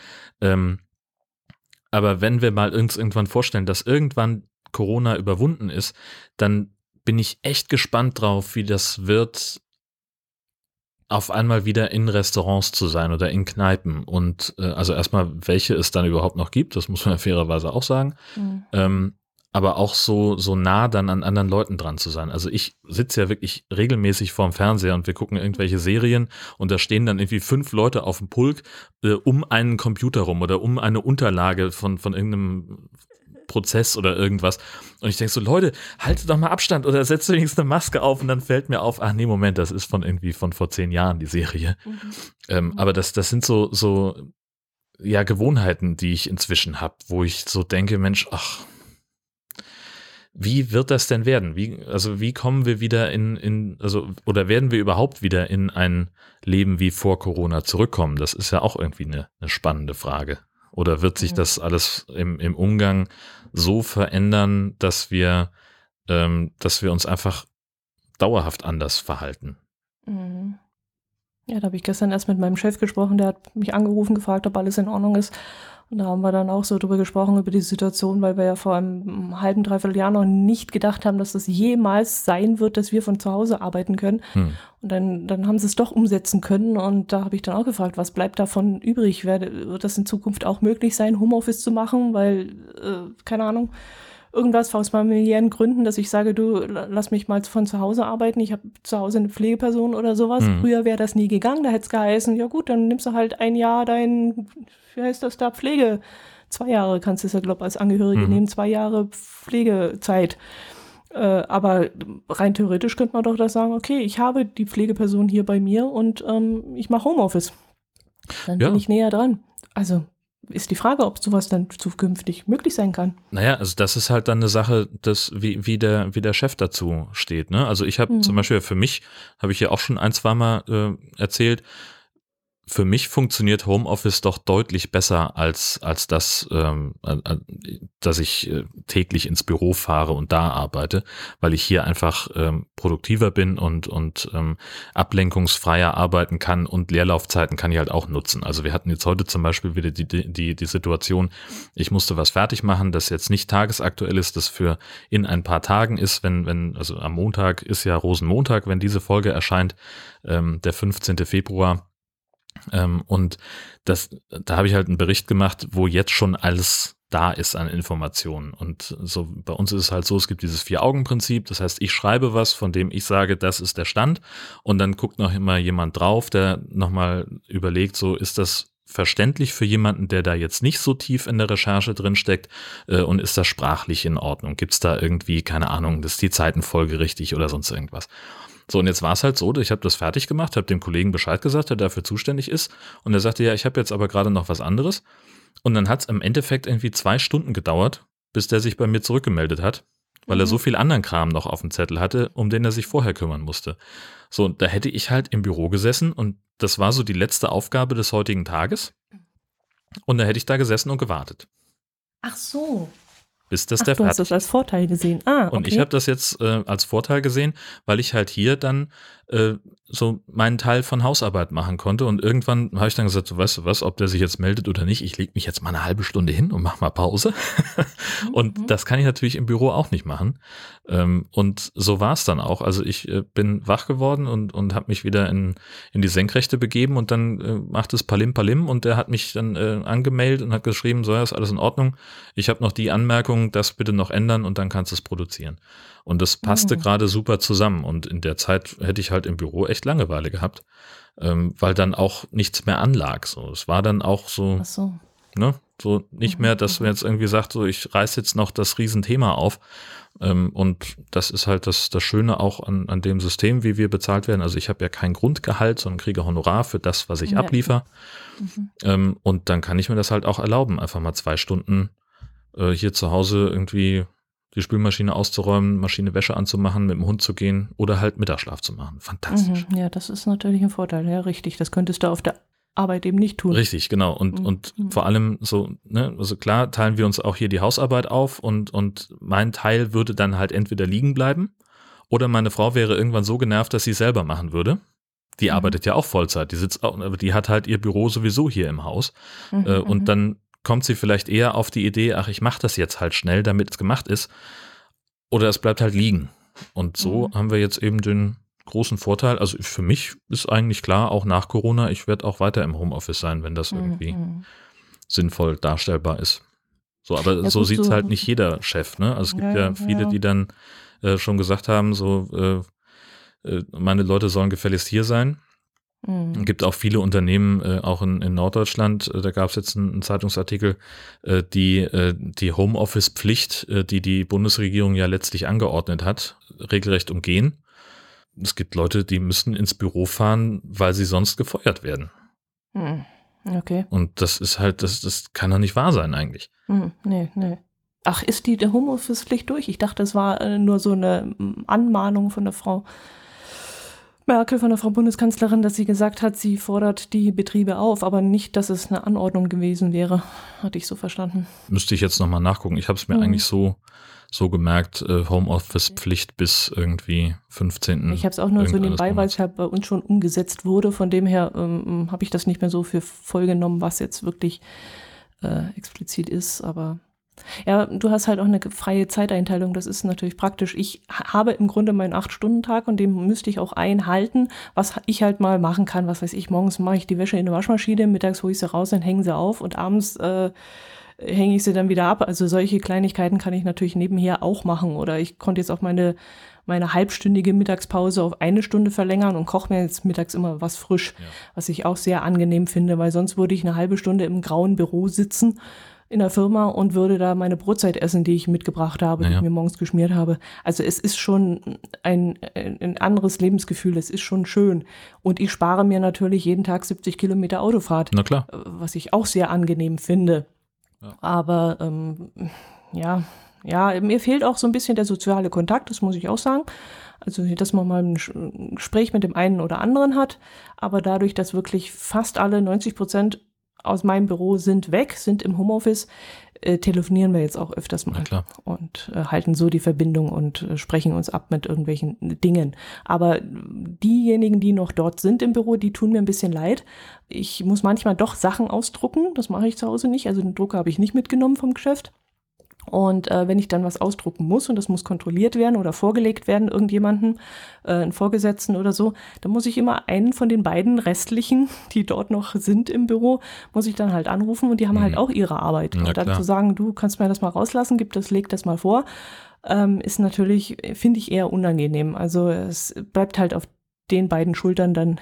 Aber wenn wir mal irgendwann vorstellen, dass irgendwann Corona überwunden ist, dann bin ich echt gespannt drauf, wie das wird, auf einmal wieder in Restaurants zu sein oder in Kneipen und also erstmal, welche es dann überhaupt noch gibt, das muss man fairerweise auch sagen, aber auch so nah dann an anderen Leuten dran zu sein. Also ich sitze ja wirklich regelmäßig vorm Fernseher und wir gucken irgendwelche Serien und da stehen dann irgendwie 5 Leute auf dem Pulk um einen Computer rum oder um eine Unterlage von irgendeinem Prozess oder irgendwas. Und ich denke so, Leute, haltet doch mal Abstand oder setzt wenigstens eine Maske auf und dann fällt mir auf, ach nee, Moment, das ist von vor 10 Jahren, die Serie. Aber das sind so ja, Gewohnheiten, die ich inzwischen habe, wo ich so denke, Mensch, ach, wie wird das denn werden? Wie kommen wir wieder oder werden wir überhaupt wieder in ein Leben wie vor Corona zurückkommen? Das ist ja auch irgendwie eine spannende Frage. Oder wird sich das alles im Umgang so verändern, dass wir uns einfach dauerhaft anders verhalten? Ja, da habe ich gestern erst mit meinem Chef gesprochen, der hat mich angerufen, gefragt, ob alles in Ordnung ist. Und da haben wir dann auch so drüber gesprochen, über die Situation, weil wir ja vor einem halben, dreiviertel Jahr noch nicht gedacht haben, dass das jemals sein wird, dass wir von zu Hause arbeiten können. Und dann haben sie es doch umsetzen können. Und da habe ich dann auch gefragt, was bleibt davon übrig? Wird das in Zukunft auch möglich sein, Homeoffice zu machen? Weil, keine Ahnung, irgendwas aus familiären Gründen, dass ich sage, du, lass mich mal von zu Hause arbeiten, ich habe zu Hause eine Pflegeperson oder sowas. Früher wäre das nie gegangen, da hätte es geheißen, ja gut, dann nimmst du halt ein Jahr wie heißt das da, Pflege. 2 Jahre kannst du es ja, glaube ich, als Angehörige nehmen, 2 Jahre Pflegezeit. Aber rein theoretisch könnte man doch das sagen, okay, ich habe die Pflegeperson hier bei mir und ich mache Homeoffice. Dann bin ich näher dran. Also ist die Frage, ob sowas dann zukünftig möglich sein kann. Naja, also das ist halt dann eine Sache, wie der Chef dazu steht. Ne? Also ich habe zum Beispiel für mich, habe ich ja auch schon 1-2 Mal erzählt, für mich funktioniert Homeoffice doch deutlich besser als das, dass ich täglich ins Büro fahre und da arbeite, weil ich hier einfach produktiver bin und ablenkungsfreier arbeiten kann und Leerlaufzeiten kann ich halt auch nutzen. Also wir hatten jetzt heute zum Beispiel wieder die Situation, ich musste was fertig machen, das jetzt nicht tagesaktuell ist, das für in ein paar Tagen ist, also am Montag ist ja Rosenmontag, wenn diese Folge erscheint, der 15. Februar. Und da habe ich halt einen Bericht gemacht, wo jetzt schon alles da ist an Informationen. Und so bei uns ist es halt so, es gibt dieses 4-Augen-Prinzip. Das heißt, ich schreibe was, von dem ich sage, das ist der Stand. Und dann guckt noch immer jemand drauf, der nochmal überlegt, so ist das verständlich für jemanden, der da jetzt nicht so tief in der Recherche drin steckt, und ist das sprachlich in Ordnung? Gibt es da irgendwie, keine Ahnung, ist die Zeitenfolge richtig oder sonst irgendwas? So, und jetzt war es halt so, ich habe das fertig gemacht, habe dem Kollegen Bescheid gesagt, der dafür zuständig ist. Und er sagte, ja, ich habe jetzt aber gerade noch was anderes. Und dann hat es im Endeffekt irgendwie 2 Stunden gedauert, bis der sich bei mir zurückgemeldet hat, weil er so viel anderen Kram noch auf dem Zettel hatte, um den er sich vorher kümmern musste. So, und da hätte ich halt im Büro gesessen und das war so die letzte Aufgabe des heutigen Tages. Und da hätte ich da gesessen und gewartet. Ach so. Bis das du hast das als Vorteil gesehen. Okay. Und ich habe das jetzt als Vorteil gesehen, weil ich halt hier dann so meinen Teil von Hausarbeit machen konnte. Und irgendwann habe ich dann gesagt, so, weißt du was, ob der sich jetzt meldet oder nicht, ich lege mich jetzt mal eine halbe Stunde hin und mache mal Pause. Und das kann ich natürlich im Büro auch nicht machen. Und so war es dann auch. Also ich bin wach geworden und habe mich wieder in die Senkrechte begeben und dann macht es Palim Palim und der hat mich dann angemeldet und hat geschrieben, so, ja, ist alles in Ordnung. Ich habe noch die Anmerkung, das bitte noch ändern und dann kannst du es produzieren. Und das passte gerade super zusammen und in der Zeit hätte ich halt im Büro echt Langeweile gehabt, weil dann auch nichts mehr anlag. So, es war dann auch so, ne, so nicht mehr, dass man jetzt irgendwie sagt, so ich reiß jetzt noch das Riesenthema auf. Und das ist halt das Schöne auch an dem System, wie wir bezahlt werden. Also ich habe ja kein Grundgehalt, sondern kriege Honorar für das, was ich abliefer. Und dann kann ich mir das halt auch erlauben, einfach mal 2 Stunden hier zu Hause irgendwie die Spülmaschine auszuräumen, Maschine Wäsche anzumachen, mit dem Hund zu gehen oder halt Mittagsschlaf zu machen. Fantastisch. Ja, das ist natürlich ein Vorteil, ja, richtig. Das könntest du auf der Arbeit eben nicht tun. Richtig, genau. Und vor allem so, ne, also klar teilen wir uns auch hier die Hausarbeit auf und mein Teil würde dann halt entweder liegen bleiben oder meine Frau wäre irgendwann so genervt, dass sie es selber machen würde. Die arbeitet ja auch Vollzeit, aber die hat halt ihr Büro sowieso hier im Haus und dann kommt sie vielleicht eher auf die Idee, ach, ich mache das jetzt halt schnell, damit es gemacht ist. Oder es bleibt halt liegen. Und so haben wir jetzt eben den großen Vorteil. Also für mich ist eigentlich klar, auch nach Corona, ich werde auch weiter im Homeoffice sein, wenn das irgendwie sinnvoll darstellbar ist. So, aber Ja, so gut, sieht's so. halt nicht jeder Chef, ne? Also es gibt Ja, ja viele, ja. die dann schon gesagt haben, so meine Leute sollen gefälligst hier sein. Es gibt auch viele Unternehmen, auch in Norddeutschland, da gab es jetzt einen Zeitungsartikel, die Homeoffice-Pflicht, die Bundesregierung ja letztlich angeordnet hat, regelrecht umgehen. Es gibt Leute, die müssen ins Büro fahren, weil sie sonst gefeuert werden. Okay. Und das ist halt, das kann doch nicht wahr sein eigentlich. Nee. Ach, ist der Homeoffice-Pflicht durch? Ich dachte, es war nur so eine Anmahnung von der Frau Merkel, von der Frau Bundeskanzlerin, dass sie gesagt hat, sie fordert die Betriebe auf, aber nicht, dass es eine Anordnung gewesen wäre. Hatte ich so verstanden. Müsste ich jetzt nochmal nachgucken. Ich habe es mir eigentlich so gemerkt, Homeoffice-Pflicht bis irgendwie 15. Ich habe es auch nur so irgendeines nebenbei, weil Monats. es ja bei uns schon umgesetzt wurde. Von dem her habe ich das nicht mehr so für voll genommen, was jetzt wirklich explizit ist. Aber ja, du hast halt auch eine freie Zeiteinteilung. Das ist natürlich praktisch. Ich habe im Grunde meinen 8-Stunden-Tag und den müsste ich auch einhalten, was ich halt mal machen kann. Was weiß ich, morgens mache ich die Wäsche in der Waschmaschine, mittags hole ich sie raus, dann hängen sie auf und abends hänge ich sie dann wieder ab. Also solche Kleinigkeiten kann ich natürlich nebenher auch machen. Oder ich konnte jetzt auch meine halbstündige Mittagspause auf 1 Stunde verlängern und koche mir jetzt mittags immer was frisch, was ich auch sehr angenehm finde, weil sonst würde ich eine halbe Stunde im grauen Büro sitzen in der Firma und würde da meine Brotzeit essen, die ich mitgebracht habe, die ich mir morgens geschmiert habe. Also es ist schon ein anderes Lebensgefühl, es ist schon schön. Und ich spare mir natürlich jeden Tag 70 Kilometer Autofahrt, Na klar. was ich auch sehr angenehm finde. Ja. Aber ja, mir fehlt auch so ein bisschen der soziale Kontakt, das muss ich auch sagen. Also, dass man mal ein Gespräch mit dem einen oder anderen hat. Aber dadurch, dass wirklich fast alle 90% aus meinem Büro sind weg, sind im Homeoffice, telefonieren wir jetzt auch öfters mal. Na klar. Und halten so die Verbindung und sprechen uns ab mit irgendwelchen Dingen. Aber diejenigen, die noch dort sind im Büro, die tun mir ein bisschen leid. Ich muss manchmal doch Sachen ausdrucken, das mache ich zu Hause nicht. Also den Drucker habe ich nicht mitgenommen vom Geschäft. Und wenn ich dann was ausdrucken muss und das muss kontrolliert werden oder vorgelegt werden, irgendjemandem, einen Vorgesetzten oder so, dann muss ich immer einen von den beiden restlichen, die dort noch sind im Büro, muss ich dann halt anrufen und die haben halt auch ihre Arbeit. Na Und dann klar. zu sagen, du kannst mir das mal rauslassen, leg das mal vor, ist natürlich, finde ich, eher unangenehm. Also es bleibt halt auf den beiden Schultern dann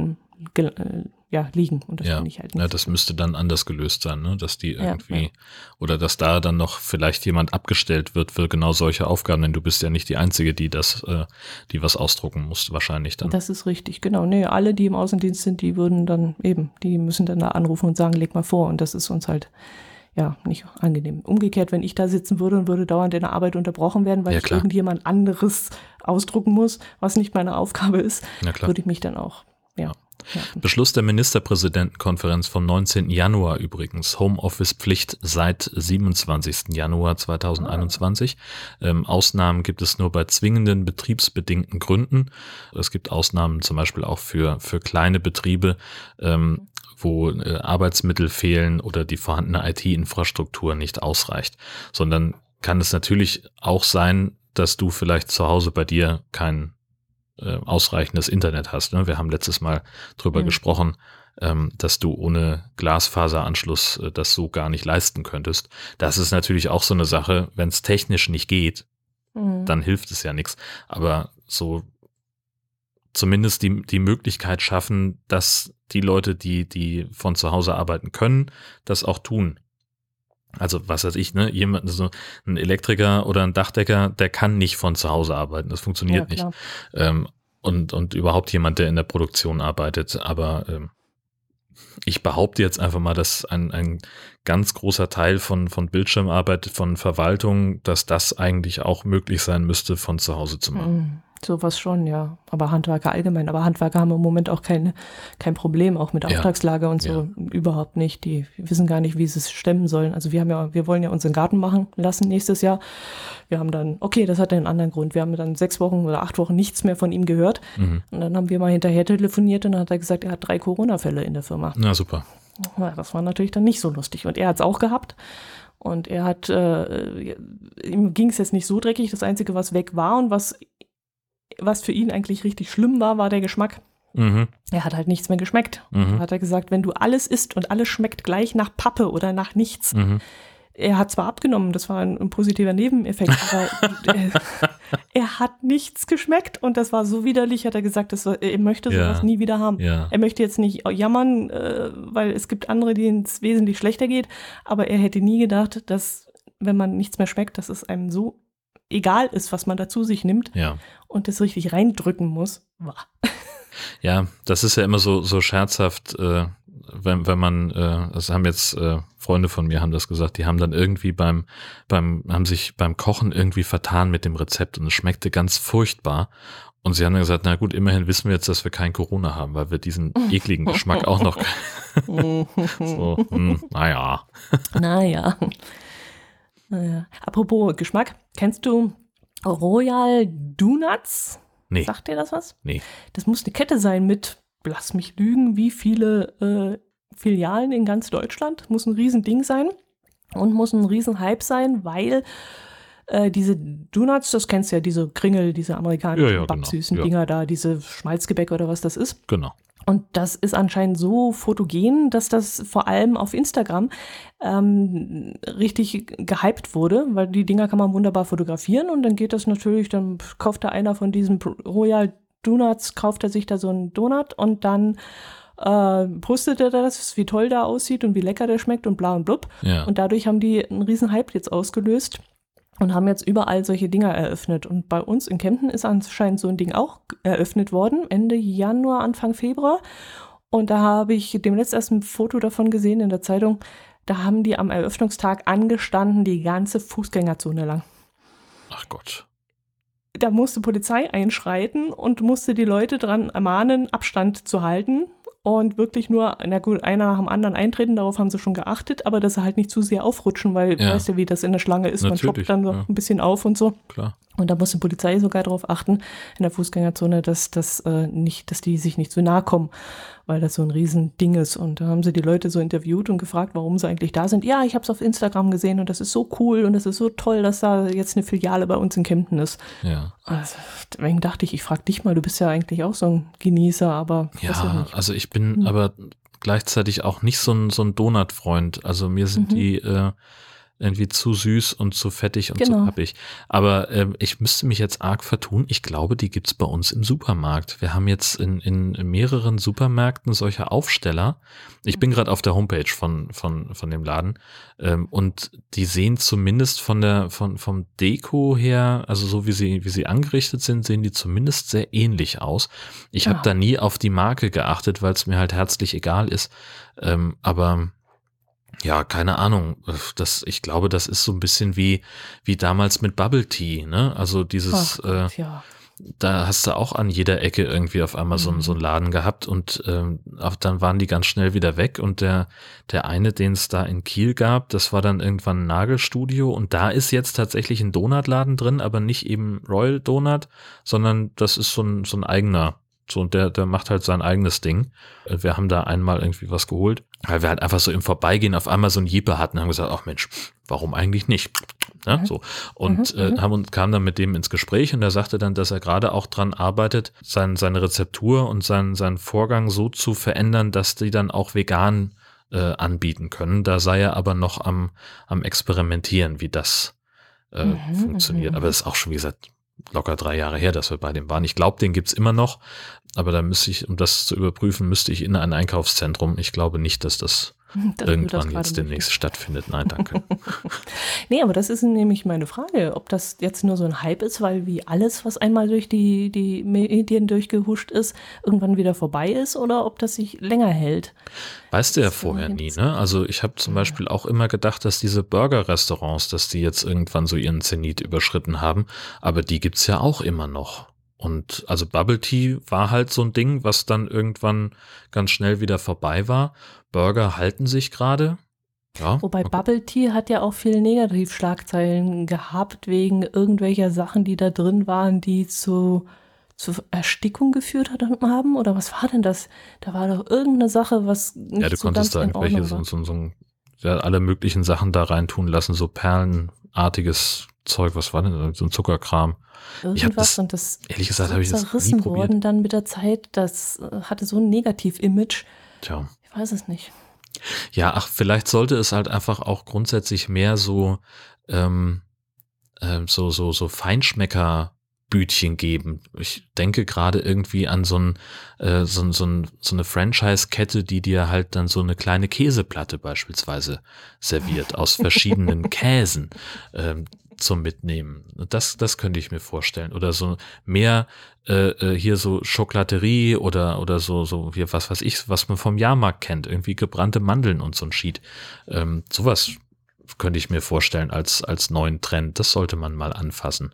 liegen. Und das finde ich halt nicht. Ja, das müsste dann anders gelöst sein, ne? Dass die irgendwie, Ja. oder dass da dann noch vielleicht jemand abgestellt wird für genau solche Aufgaben, denn du bist ja nicht die Einzige, die was ausdrucken muss, wahrscheinlich dann. Das ist richtig, genau. Nee, alle, die im Außendienst sind, die müssen dann da anrufen und sagen, leg mal vor. Und das ist uns halt, nicht angenehm. Umgekehrt, wenn ich da sitzen würde und würde dauernd in der Arbeit unterbrochen werden, weil ich irgendjemand anderes ausdrucken muss, was nicht meine Aufgabe ist, würde ich mich dann auch, Beschluss der Ministerpräsidentenkonferenz vom 19. Januar übrigens. Homeoffice-Pflicht seit 27. Januar 2021. Ausnahmen gibt es nur bei zwingenden betriebsbedingten Gründen. Es gibt Ausnahmen zum Beispiel auch für kleine Betriebe, wo Arbeitsmittel fehlen oder die vorhandene IT-Infrastruktur nicht ausreicht. Sondern kann es natürlich auch sein, dass du vielleicht zu Hause bei dir kein ausreichendes Internet hast. Ne? Wir haben letztes Mal drüber gesprochen, dass du ohne Glasfaseranschluss das so gar nicht leisten könntest. Das ist natürlich auch so eine Sache, wenn es technisch nicht geht, dann hilft es ja nichts. Aber so zumindest die Möglichkeit schaffen, dass die Leute, die von zu Hause arbeiten können, das auch tun. Also was weiß ich, ne? Jemand, so ein Elektriker oder ein Dachdecker, der kann nicht von zu Hause arbeiten. Das funktioniert nicht. Und überhaupt jemand, der in der Produktion arbeitet. Aber ich behaupte jetzt einfach mal, dass ein ganz großer Teil von Bildschirmarbeit, von Verwaltung, dass das eigentlich auch möglich sein müsste, von zu Hause zu machen. Sowas schon, ja. Aber Handwerker allgemein. Aber Handwerker haben im Moment auch kein Problem, auch mit Auftragslage und so. Überhaupt nicht. Die wissen gar nicht, wie sie es stemmen sollen. Also wir wollen ja unseren Garten machen lassen nächstes Jahr. Wir haben dann, das hat einen anderen Grund. Wir haben dann 6 Wochen oder 8 Wochen nichts mehr von ihm gehört. Und dann haben wir mal hinterher telefoniert und dann hat er gesagt, er hat 3 Corona-Fälle in der Firma. Na, super. Ja, das war natürlich dann nicht so lustig. Und er hat es auch gehabt. Und er hat, ihm ging es jetzt nicht so dreckig. Das Einzige, was weg war und was für ihn eigentlich richtig schlimm war der Geschmack. Er hat halt nichts mehr geschmeckt. Da hat er gesagt, wenn du alles isst und alles schmeckt gleich nach Pappe oder nach nichts, er hat zwar abgenommen, das war ein positiver Nebeneffekt, aber er hat nichts geschmeckt und das war so widerlich, hat er gesagt, er möchte sowas nie wieder haben. Ja. Er möchte jetzt nicht jammern, weil es gibt andere, denen es wesentlich schlechter geht, aber er hätte nie gedacht, dass, wenn man nichts mehr schmeckt, dass es einem so egal ist, was man da zu sich nimmt und das richtig reindrücken muss. Ja, das ist ja immer so scherzhaft, wenn man, das haben jetzt Freunde von mir haben das gesagt, die haben dann irgendwie haben sich beim Kochen irgendwie vertan mit dem Rezept und es schmeckte ganz furchtbar. Und sie haben dann gesagt, na gut, immerhin wissen wir jetzt, dass wir kein Corona haben, weil wir diesen ekligen Geschmack auch noch so, naja. Naja. Apropos Geschmack, kennst du Royal Donuts? Nee. Sagt dir das was? Nee. Das muss eine Kette sein mit, lass mich lügen, wie viele Filialen in ganz Deutschland. Muss ein Riesending sein und muss ein Riesenhype sein, weil diese Donuts, das kennst du ja, diese Kringel, diese amerikanischen backsüßen Dinger da, diese Schmalzgebäck oder was das ist. Genau. Und das ist anscheinend so fotogen, dass das vor allem auf Instagram richtig gehypt wurde, weil die Dinger kann man wunderbar fotografieren und dann geht das natürlich, dann kauft da einer von diesen Royal Donuts, kauft er sich da so einen Donut und dann postet er das, wie toll der aussieht und wie lecker der schmeckt und bla und blub. Ja. Und dadurch haben die einen riesen Hype jetzt ausgelöst und haben jetzt überall solche Dinger eröffnet. Und bei uns in Kempten ist anscheinend so ein Ding auch eröffnet worden, Ende Januar, Anfang Februar. Und da habe ich demnächst erst ein Foto davon gesehen in der Zeitung. Da haben die am Eröffnungstag angestanden, die ganze Fußgängerzone lang. Ach Gott. Da musste Polizei einschreiten und musste die Leute dran ermahnen, Abstand zu halten. Und wirklich nur, na gut, einer nach dem anderen eintreten, darauf haben sie schon geachtet, aber dass sie halt nicht zu sehr aufrutschen, weil du weißt ja, wie das in der Schlange ist, man schoppt dann so ein bisschen auf und so. Klar. Und da muss die Polizei sogar darauf achten, in der Fußgängerzone, dass die sich nicht so nahe kommen, weil das so ein Riesending ist. Und da haben sie die Leute so interviewt und gefragt, warum sie eigentlich da sind. Ja, ich habe es auf Instagram gesehen und das ist so cool und es ist so toll, dass da jetzt eine Filiale bei uns in Kempten ist. Ja. Also, deswegen dachte ich frage dich mal, du bist ja eigentlich auch so ein Genießer, aber ja, also ich bin aber gleichzeitig auch nicht so ein Donut-Freund. Also mir sind die irgendwie zu süß und zu fettig und zu pappig. Aber ich müsste mich jetzt arg vertun. Ich glaube, die gibt's bei uns im Supermarkt. Wir haben jetzt in mehreren Supermärkten solche Aufsteller. Ich bin gerade auf der Homepage von dem Laden und die sehen zumindest vom Deko her, also so wie sie angerichtet sind, sehen die zumindest sehr ähnlich aus. Ich habe da nie auf die Marke geachtet, weil es mir halt herzlich egal ist. Aber ja, keine Ahnung. Ich glaube, das ist so ein bisschen wie damals mit Bubble Tea, ne? Also dieses, da hast du auch an jeder Ecke irgendwie auf einmal so einen Laden gehabt und auch dann waren die ganz schnell wieder weg und der eine, den es da in Kiel gab, das war dann irgendwann ein Nagelstudio und da ist jetzt tatsächlich ein Donutladen drin, aber nicht eben Royal Donut, sondern das ist so ein eigener. So, und der macht halt sein eigenes Ding. Wir haben da einmal irgendwie was geholt, weil wir halt einfach so im Vorbeigehen auf einmal so ein Jeppe hatten und haben gesagt, ach Mensch, warum eigentlich nicht? Ja, so. Und kamen dann mit dem ins Gespräch und er sagte dann, dass er gerade auch dran arbeitet, seine Rezeptur und seinen Vorgang so zu verändern, dass die dann auch vegan anbieten können. Da sei er aber noch am Experimentieren, wie das funktioniert. Aber das ist auch schon, wie gesagt, locker 3 Jahre her, dass wir bei dem waren. Ich glaube, den gibt's immer noch, aber da müsste ich, um das zu überprüfen, müsste ich in ein Einkaufszentrum. Ich glaube nicht, dass das irgendwann jetzt demnächst stattfindet. Nein, danke. Nee, aber das ist nämlich meine Frage, ob das jetzt nur so ein Hype ist, weil wie alles, was einmal durch die Medien durchgehuscht ist, irgendwann wieder vorbei ist oder ob das sich länger hält. Weißt du ja vorher nie, ne? Also ich habe zum Beispiel auch immer gedacht, dass diese Burger-Restaurants, dass die jetzt irgendwann so ihren Zenit überschritten haben, aber die gibt's ja auch immer noch. Und also Bubble Tea war halt so ein Ding, was dann irgendwann ganz schnell wieder vorbei war. Burger halten sich gerade. Ja, wobei Bubble Tea hat ja auch viele Negativschlagzeilen gehabt, wegen irgendwelcher Sachen, die da drin waren, die zur Erstickung geführt haben. Oder was war denn das? Da war doch irgendeine Sache, was nicht du so konntest ganz da irgendwelche alle möglichen Sachen da reintun lassen, so perlenartiges Zeug. Was war denn so ein Zuckerkram? Irgendwas und das ehrlich gesagt habe ich das nie zerrissen probiert. Worden dann mit der Zeit. Das hatte so ein Negativ-Image. Tja. Ich weiß es nicht. Ja, vielleicht sollte es halt einfach auch grundsätzlich mehr so so Feinschmecker-Bütchen geben. Ich denke gerade irgendwie an so eine Franchise-Kette, die dir halt dann so eine kleine Käseplatte beispielsweise serviert aus verschiedenen Käsen zum Mitnehmen. Das könnte ich mir vorstellen. Oder so mehr hier so Chocolaterie oder so hier was weiß ich, was man vom Jahrmarkt kennt. Irgendwie gebrannte Mandeln und so ein Schied. Sowas könnte ich mir vorstellen als neuen Trend. Das sollte man mal anfassen.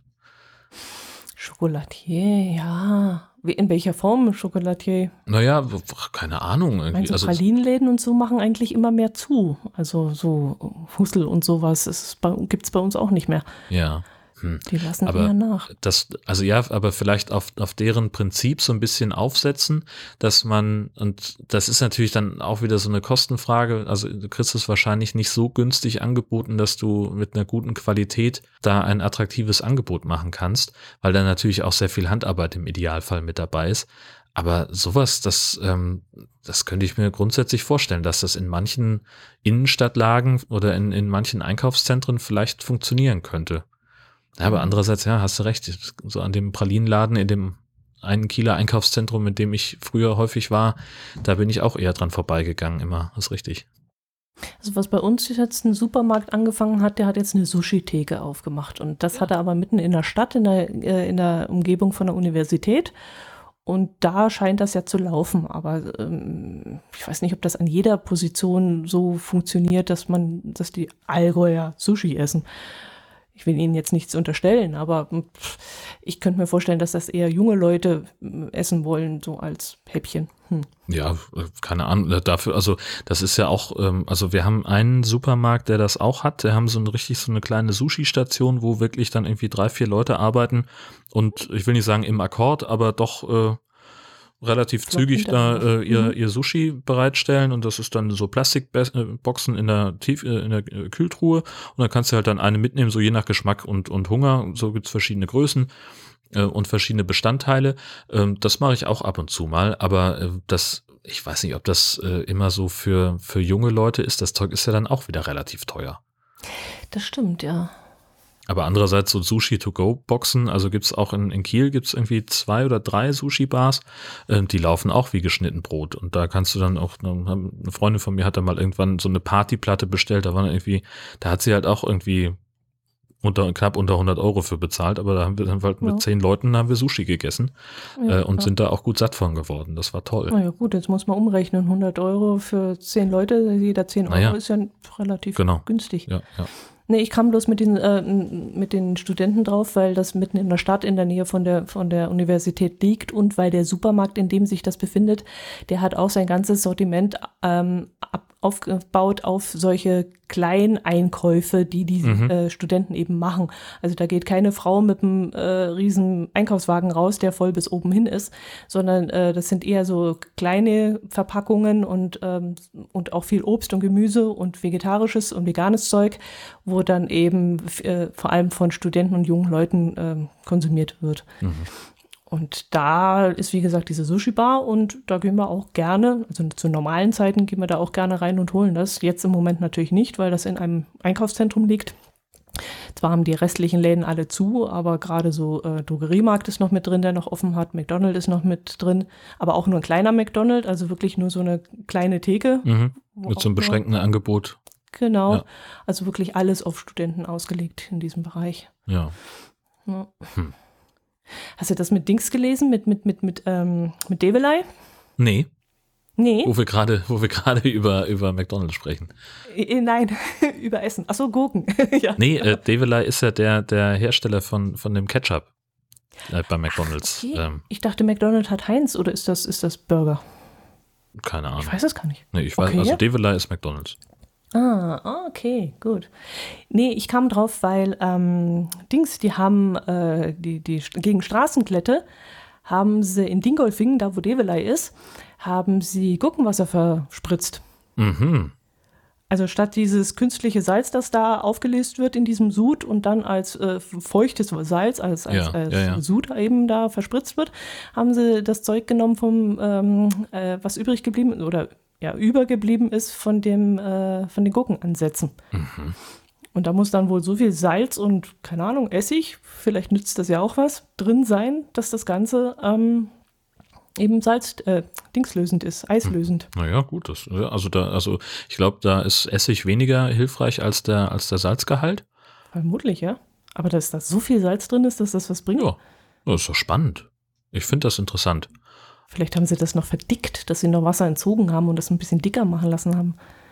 Chocolatier, ja. In welcher Form Chocolatier? Naja, keine Ahnung. Ich meine, so Pralinenläden und so machen eigentlich immer mehr zu. Also so Hussel und sowas gibt es bei uns auch nicht mehr. Ja. Die lassen eher nach. Aber vielleicht auf deren Prinzip so ein bisschen aufsetzen, dass man, und das ist natürlich dann auch wieder so eine Kostenfrage, also du kriegst es wahrscheinlich nicht so günstig angeboten, dass du mit einer guten Qualität da ein attraktives Angebot machen kannst, weil da natürlich auch sehr viel Handarbeit im Idealfall mit dabei ist. Aber sowas, das könnte ich mir grundsätzlich vorstellen, dass das in manchen Innenstadtlagen oder in manchen Einkaufszentren vielleicht funktionieren könnte. Ja, aber andererseits, ja, hast du recht, so an dem Pralinenladen in dem einen Kieler Einkaufszentrum, in dem ich früher häufig war, da bin ich auch eher dran vorbeigegangen immer, das ist richtig. Also was bei uns jetzt ein Supermarkt angefangen hat, der hat jetzt eine Sushi-Theke aufgemacht und das hat er aber mitten in der Stadt, in der Umgebung von der Universität. Und da scheint das ja zu laufen, aber ich weiß nicht, ob das an jeder Position so funktioniert, dass die Allgäuer Sushi essen. Ich will Ihnen jetzt nichts unterstellen, aber ich könnte mir vorstellen, dass das eher junge Leute essen wollen, so als Häppchen. Ja, keine Ahnung, dafür, also das ist ja auch, also wir haben einen Supermarkt, der das auch hat, der haben so eine kleine Sushi-Station, wo wirklich dann irgendwie 3, 4 Leute arbeiten und ich will nicht sagen im Akkord, aber doch relativ zügig da ihr Sushi bereitstellen und das ist dann so Plastikboxen in der Kühltruhe und dann kannst du halt dann eine mitnehmen, so je nach Geschmack und Hunger, so gibt's verschiedene Größen und verschiedene Bestandteile. Das mache ich auch ab und zu mal, aber ich weiß nicht, ob das immer so für junge Leute ist. Das Zeug ist ja dann auch wieder relativ teuer. Das stimmt, ja. Aber andererseits so Sushi-to-go-Boxen, also gibt's auch in Kiel gibt's irgendwie 2 oder 3 Sushi-Bars, die laufen auch wie geschnitten Brot. Und da kannst du dann auch, eine Freundin von mir hat da mal irgendwann so eine Partyplatte bestellt, da hat sie halt auch irgendwie knapp unter 100 € für bezahlt, aber da haben wir dann halt mit 10 Leuten haben wir Sushi gegessen und sind da auch gut satt von geworden. Das war toll. Na ja gut, jetzt muss man umrechnen, 100 € für 10 Leute, jeder 10 € ist ja relativ günstig. Ja. Nee, ich kam bloß mit den Studenten drauf, weil das mitten in der Stadt in der Nähe von der Universität liegt und weil der Supermarkt, in dem sich das befindet, der hat auch sein ganzes Sortiment aufgebaut auf solche Kleineinkäufe, die Studenten eben machen. Also da geht keine Frau mit einem riesen Einkaufswagen raus, der voll bis oben hin ist, sondern das sind eher so kleine Verpackungen und auch viel Obst und Gemüse und vegetarisches und veganes Zeug, wo dann eben vor allem von Studenten und jungen Leuten konsumiert wird. Und da ist, wie gesagt, diese Sushi-Bar und da gehen wir auch gerne, also zu normalen Zeiten gehen wir da auch gerne rein und holen das. Jetzt im Moment natürlich nicht, weil das in einem Einkaufszentrum liegt. Zwar haben die restlichen Läden alle zu, aber gerade so Drogeriemarkt ist noch mit drin, der noch offen hat. McDonald's ist noch mit drin, aber auch nur ein kleiner McDonald's, also wirklich nur so eine kleine Theke. Mit so einem beschränkten Angebot. Genau, ja. Also wirklich alles auf Studenten ausgelegt in diesem Bereich. Ja. Hast du das mit Dings gelesen, mit Develei? Nee. Wo wir gerade über McDonald's sprechen. Nein, über Essen. Achso, Gurken. Ja. Nee, Develei ist ja der Hersteller von dem Ketchup bei McDonald's. Okay. Ich dachte, McDonald's hat Heinz oder ist das Burger? Keine Ahnung. Ich weiß es gar nicht. Nee, ich weiß, also Develei ist McDonald's. Okay, gut. Nee, ich kam drauf, weil die haben die gegen Straßenklette haben sie in Dingolfing, da wo Develei ist, haben sie Gurkenwasser verspritzt. Also statt dieses künstliche Salz, das da aufgelöst wird in diesem Sud und dann als feuchtes Salz, als Sud eben da verspritzt wird, haben sie das Zeug genommen was übrig geblieben oder übergeblieben ist von den Gurkenansätzen. Mhm. Und da muss dann wohl so viel Salz und, keine Ahnung, Essig, vielleicht nützt das ja auch was, drin sein, dass das Ganze eben dingslösend ist, eislösend. Naja, gut, also ich glaube, da ist Essig weniger hilfreich als der Salzgehalt. Vermutlich, ja. Aber dass da so viel Salz drin ist, dass das was bringt. Ja, das ist doch spannend. Ich finde das interessant. Vielleicht haben sie das noch verdickt, dass sie noch Wasser entzogen haben und das ein bisschen dicker machen lassen haben.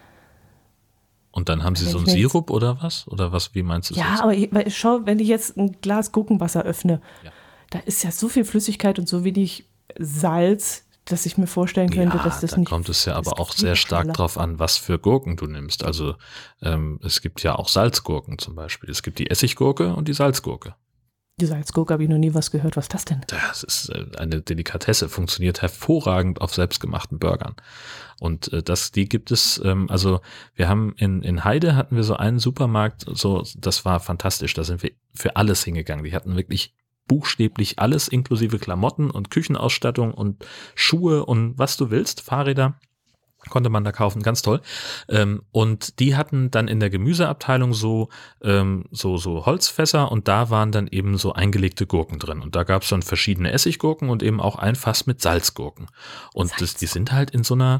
Und dann haben sie so einen Sirup oder was? Oder was, wie meinst du das? Ja, aber schau, wenn ich jetzt ein Glas Gurkenwasser öffne, Ja. da ist ja so viel Flüssigkeit und so wenig Salz, dass ich mir vorstellen könnte, dass das da nicht. kommt es ja das aber auch geht sehr nicht stark schneller. drauf an, was für Gurken du nimmst. Also es gibt ja auch Salzgurken zum Beispiel. Es gibt die Essiggurke und die Salzgurke. Die Salzgurke habe ich noch nie was gehört. Was ist das denn? Das ist eine Delikatesse, funktioniert hervorragend auf selbstgemachten Burgern. Und die gibt es, also wir haben in Heide hatten wir so einen Supermarkt, so, das war fantastisch, da sind wir für alles hingegangen. Die hatten wirklich buchstäblich alles, inklusive Klamotten und Küchenausstattung und Schuhe und was du willst, Fahrräder. Konnte man da kaufen, ganz toll. Und die hatten dann in der Gemüseabteilung so Holzfässer und da waren dann eben so eingelegte Gurken drin. Und da gab es dann verschiedene Essiggurken und eben auch ein Fass mit Salzgurken. Und die sind halt in so einer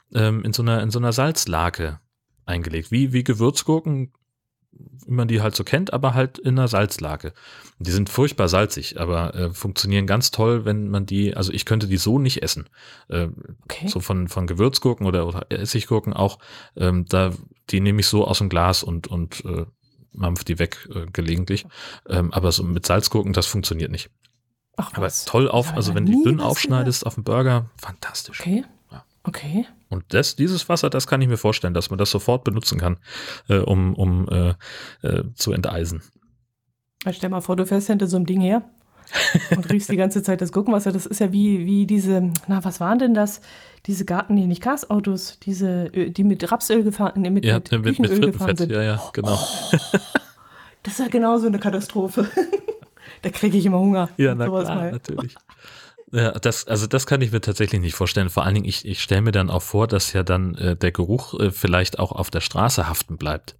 Salzlake eingelegt, wie Gewürzgurken, wie man die halt so kennt, aber halt in einer Salzlake. Die sind furchtbar salzig, aber funktionieren ganz toll, wenn man die, also ich könnte die so nicht essen. Okay. So von Gewürzgurken oder Essiggurken auch, die nehme ich so aus dem Glas und mampf die weg gelegentlich. Aber so mit Salzgurken, das funktioniert nicht. Ach, Aber was? toll Ich habe also noch wenn du nie dünn was aufschneidest auf dem Burger, fantastisch. Okay. Ja. Okay. Und dieses Wasser, das kann ich mir vorstellen, dass man das sofort benutzen kann, um zu enteisen. Also stell mal vor, du fährst hinter so einem Ding her und riechst die ganze Zeit das Gurkenwasser. Das ist ja wie diese, was waren denn das? Diese nicht Gasautos, die mit Rapsöl gefahren, mit Küchenöl gefahren Frittenfett, sind. ja, genau. Das ist ja genauso eine Katastrophe. Da kriege ich immer Hunger. Ja, na klar, natürlich. Ja, das kann ich mir tatsächlich nicht vorstellen. Vor allen Dingen, ich stelle mir dann auch vor, dass ja dann der Geruch vielleicht auch auf der Straße haften bleibt.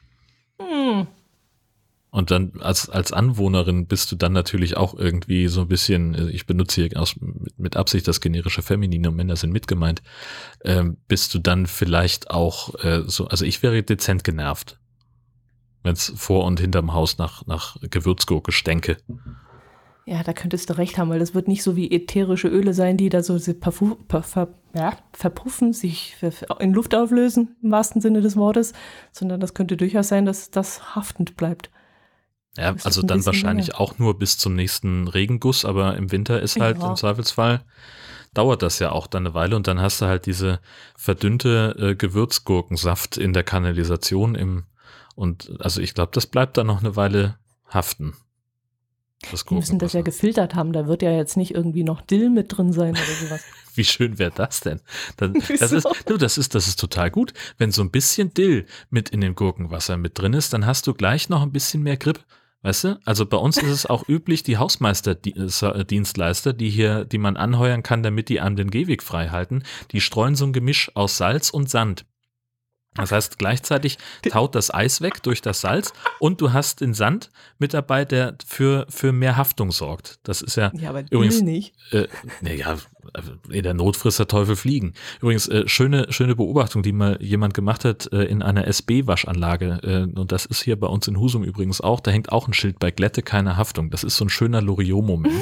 Und dann als Anwohnerin bist du dann natürlich auch irgendwie so ein bisschen, ich benutze hier mit Absicht das generische Feminine und Männer sind mitgemeint, bist du dann vielleicht auch also ich wäre dezent genervt, wenn es vor und hinterm Haus nach Gewürzgurke stänke. Ja, da könntest du recht haben, weil das wird nicht so wie ätherische Öle sein, die da so verpuffen, sich in Luft auflösen, im wahrsten Sinne des Wortes, sondern das könnte durchaus sein, dass das haftend bleibt. Ja, also dann wahrscheinlich auch nur bis zum nächsten Regenguss, aber im Winter ist halt im Zweifelsfall, dauert das ja auch dann eine Weile und dann hast du halt diese verdünnte Gewürzgurkensaft in der Kanalisation und also ich glaube, das bleibt dann noch eine Weile haften. Die müssen das ja gefiltert haben, da wird ja jetzt nicht irgendwie noch Dill mit drin sein oder sowas. Wie schön wäre das denn? Das ist total gut. Wenn so ein bisschen Dill mit in dem Gurkenwasser mit drin ist, dann hast du gleich noch ein bisschen mehr Grip. Weißt du? Also bei uns ist es auch üblich, die Hausmeisterdienstleister, die man anheuern kann, damit die einem den Gehweg frei halten, die streuen so ein Gemisch aus Salz und Sand. Das heißt, gleichzeitig taut das Eis weg durch das Salz und du hast den Sand mit dabei, der für mehr Haftung sorgt. Das ist ja aber übrigens nicht. In der Not frisst der Teufel Fliegen. Übrigens, schöne Beobachtung, die mal jemand gemacht hat in einer SB-Waschanlage. Und das ist hier bei uns in Husum übrigens auch. Da hängt auch ein Schild bei Glätte, keine Haftung. Das ist so ein schöner Loriot-Moment.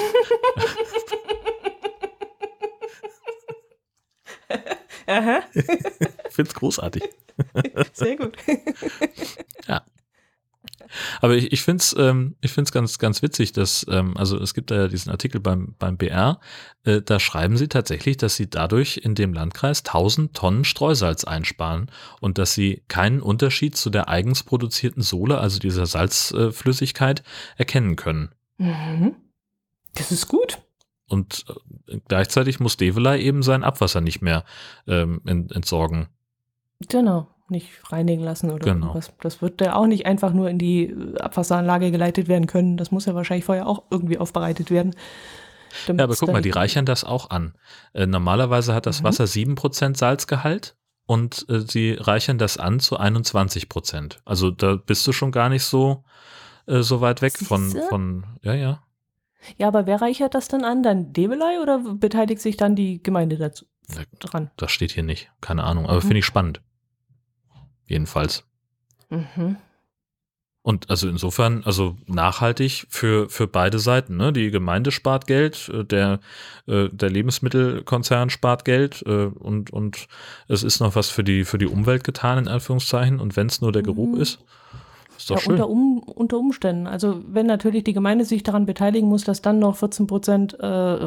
Aha. Ich finde es großartig. Sehr gut. Ja. Aber ich finde es ganz, ganz witzig, dass, also es gibt da ja diesen Artikel beim BR, da schreiben sie tatsächlich, dass sie dadurch in dem Landkreis 1000 Tonnen Streusalz einsparen und dass sie keinen Unterschied zu der eigens produzierten Sohle, also dieser Salzflüssigkeit, erkennen können. Mhm. Das ist gut. Und gleichzeitig muss Develey eben sein Abwasser nicht mehr entsorgen. Genau, nicht reinigen lassen oder irgendwas. Das wird ja auch nicht einfach nur in die Abwasseranlage geleitet werden können. Das muss ja wahrscheinlich vorher auch irgendwie aufbereitet werden. Ja, aber guck mal, die reichern das auch an. Normalerweise hat das Wasser 7% Salzgehalt und sie reichern das an zu 21%. Also da bist du schon gar nicht so weit weg von, ja. Ja, aber wer reichert das dann an? Dann Develey oder beteiligt sich dann die Gemeinde dazu dran? Das steht hier nicht, keine Ahnung, aber finde ich spannend. Jedenfalls. Mhm. Und also insofern, also nachhaltig für beide Seiten. Ne? Die Gemeinde spart Geld, der Lebensmittelkonzern spart Geld und es ist noch was für die Umwelt getan, in Anführungszeichen. Und wenn es nur der Geruch ist doch schön. Unter Umständen. Also wenn natürlich die Gemeinde sich daran beteiligen muss, dass dann noch 14%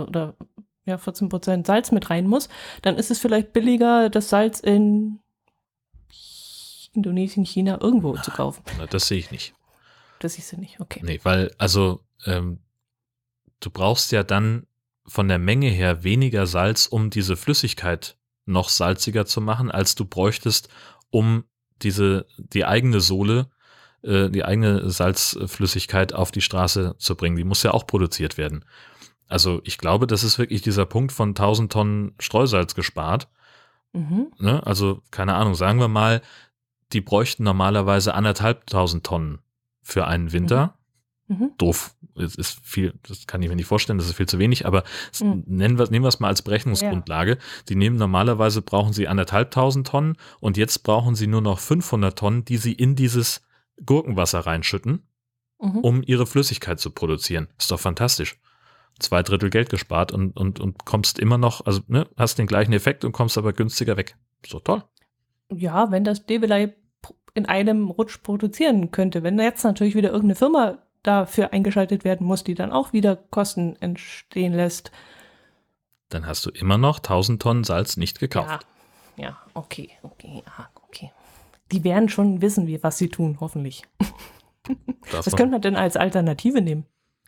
14% Salz mit rein muss, dann ist es vielleicht billiger, das Salz in Indonesien, China irgendwo zu kaufen. Das sehe ich nicht. Das siehst du nicht, okay. Nee, weil, also, du brauchst ja dann von der Menge her weniger Salz, um diese Flüssigkeit noch salziger zu machen, als du bräuchtest, um die eigene Sohle, die eigene Salzflüssigkeit auf die Straße zu bringen. Die muss ja auch produziert werden. Also ich glaube, das ist wirklich dieser Punkt von 1000 Tonnen Streusalz gespart. Ne? Also keine Ahnung, sagen wir mal, die bräuchten normalerweise 1500 Tonnen für einen Winter. Doof, es ist viel, das kann ich mir nicht vorstellen, das ist viel zu wenig, aber nehmen wir es mal als Berechnungsgrundlage. Ja. Die brauchen sie 1500 Tonnen und jetzt brauchen sie nur noch 500 Tonnen, die sie in dieses Gurkenwasser reinschütten, um ihre Flüssigkeit zu produzieren. Ist doch fantastisch. 2/3 Geld gespart und kommst immer noch, also ne, hast den gleichen Effekt und kommst aber günstiger weg. Ist doch toll. Ja, wenn das Develey in einem Rutsch produzieren könnte. Wenn jetzt natürlich wieder irgendeine Firma dafür eingeschaltet werden muss, die dann auch wieder Kosten entstehen lässt. Dann hast du immer noch 1000 Tonnen Salz nicht gekauft. Ja, okay. Die werden schon wissen, was sie tun, hoffentlich. Was könnte man denn als Alternative nehmen?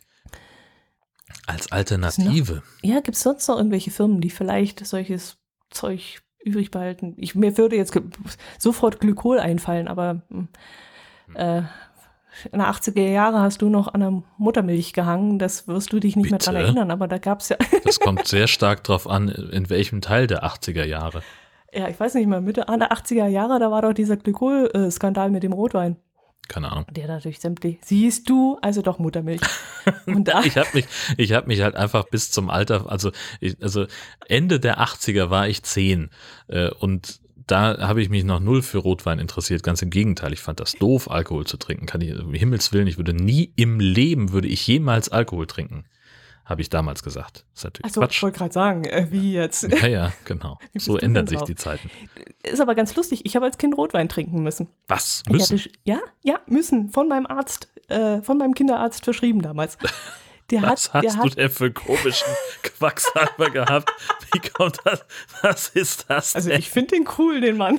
Als Alternative? Ja, gibt es sonst noch irgendwelche Firmen, die vielleicht solches Zeug übrig behalten? Mir würde jetzt sofort Glykol einfallen, aber in der 80er Jahre hast du noch an der Muttermilch gehangen, das wirst du dich nicht mehr dran erinnern, aber da gab es ja... Das kommt sehr stark drauf an, in welchem Teil der 80er Jahre. Ja, ich weiß nicht mal, Mitte der 80er Jahre, da war doch dieser Glykol-Skandal mit dem Rotwein. Keine Ahnung. Der natürlich sämtlich, siehst du, also doch Muttermilch. Und ich habe mich halt einfach bis zum Alter, also Ende der 80er war ich 10 und da habe ich mich noch null für Rotwein interessiert. Ganz im Gegenteil, ich fand das doof, Alkohol zu trinken. Um Himmels Willen, würde ich jemals Alkohol trinken. Habe ich damals gesagt. Das ist natürlich Quatsch. Ich wollte gerade sagen, wie jetzt? Ja, genau. So ändern sich die Zeiten. Ist aber ganz lustig. Ich habe als Kind Rotwein trinken müssen. Was? Müssen? Müssen. Von meinem Arzt, von meinem Kinderarzt verschrieben damals. Was hast du denn für einen komischen Quacksalber gehabt? Wie kommt das? Was ist das denn? Also ich finde den cool, den Mann.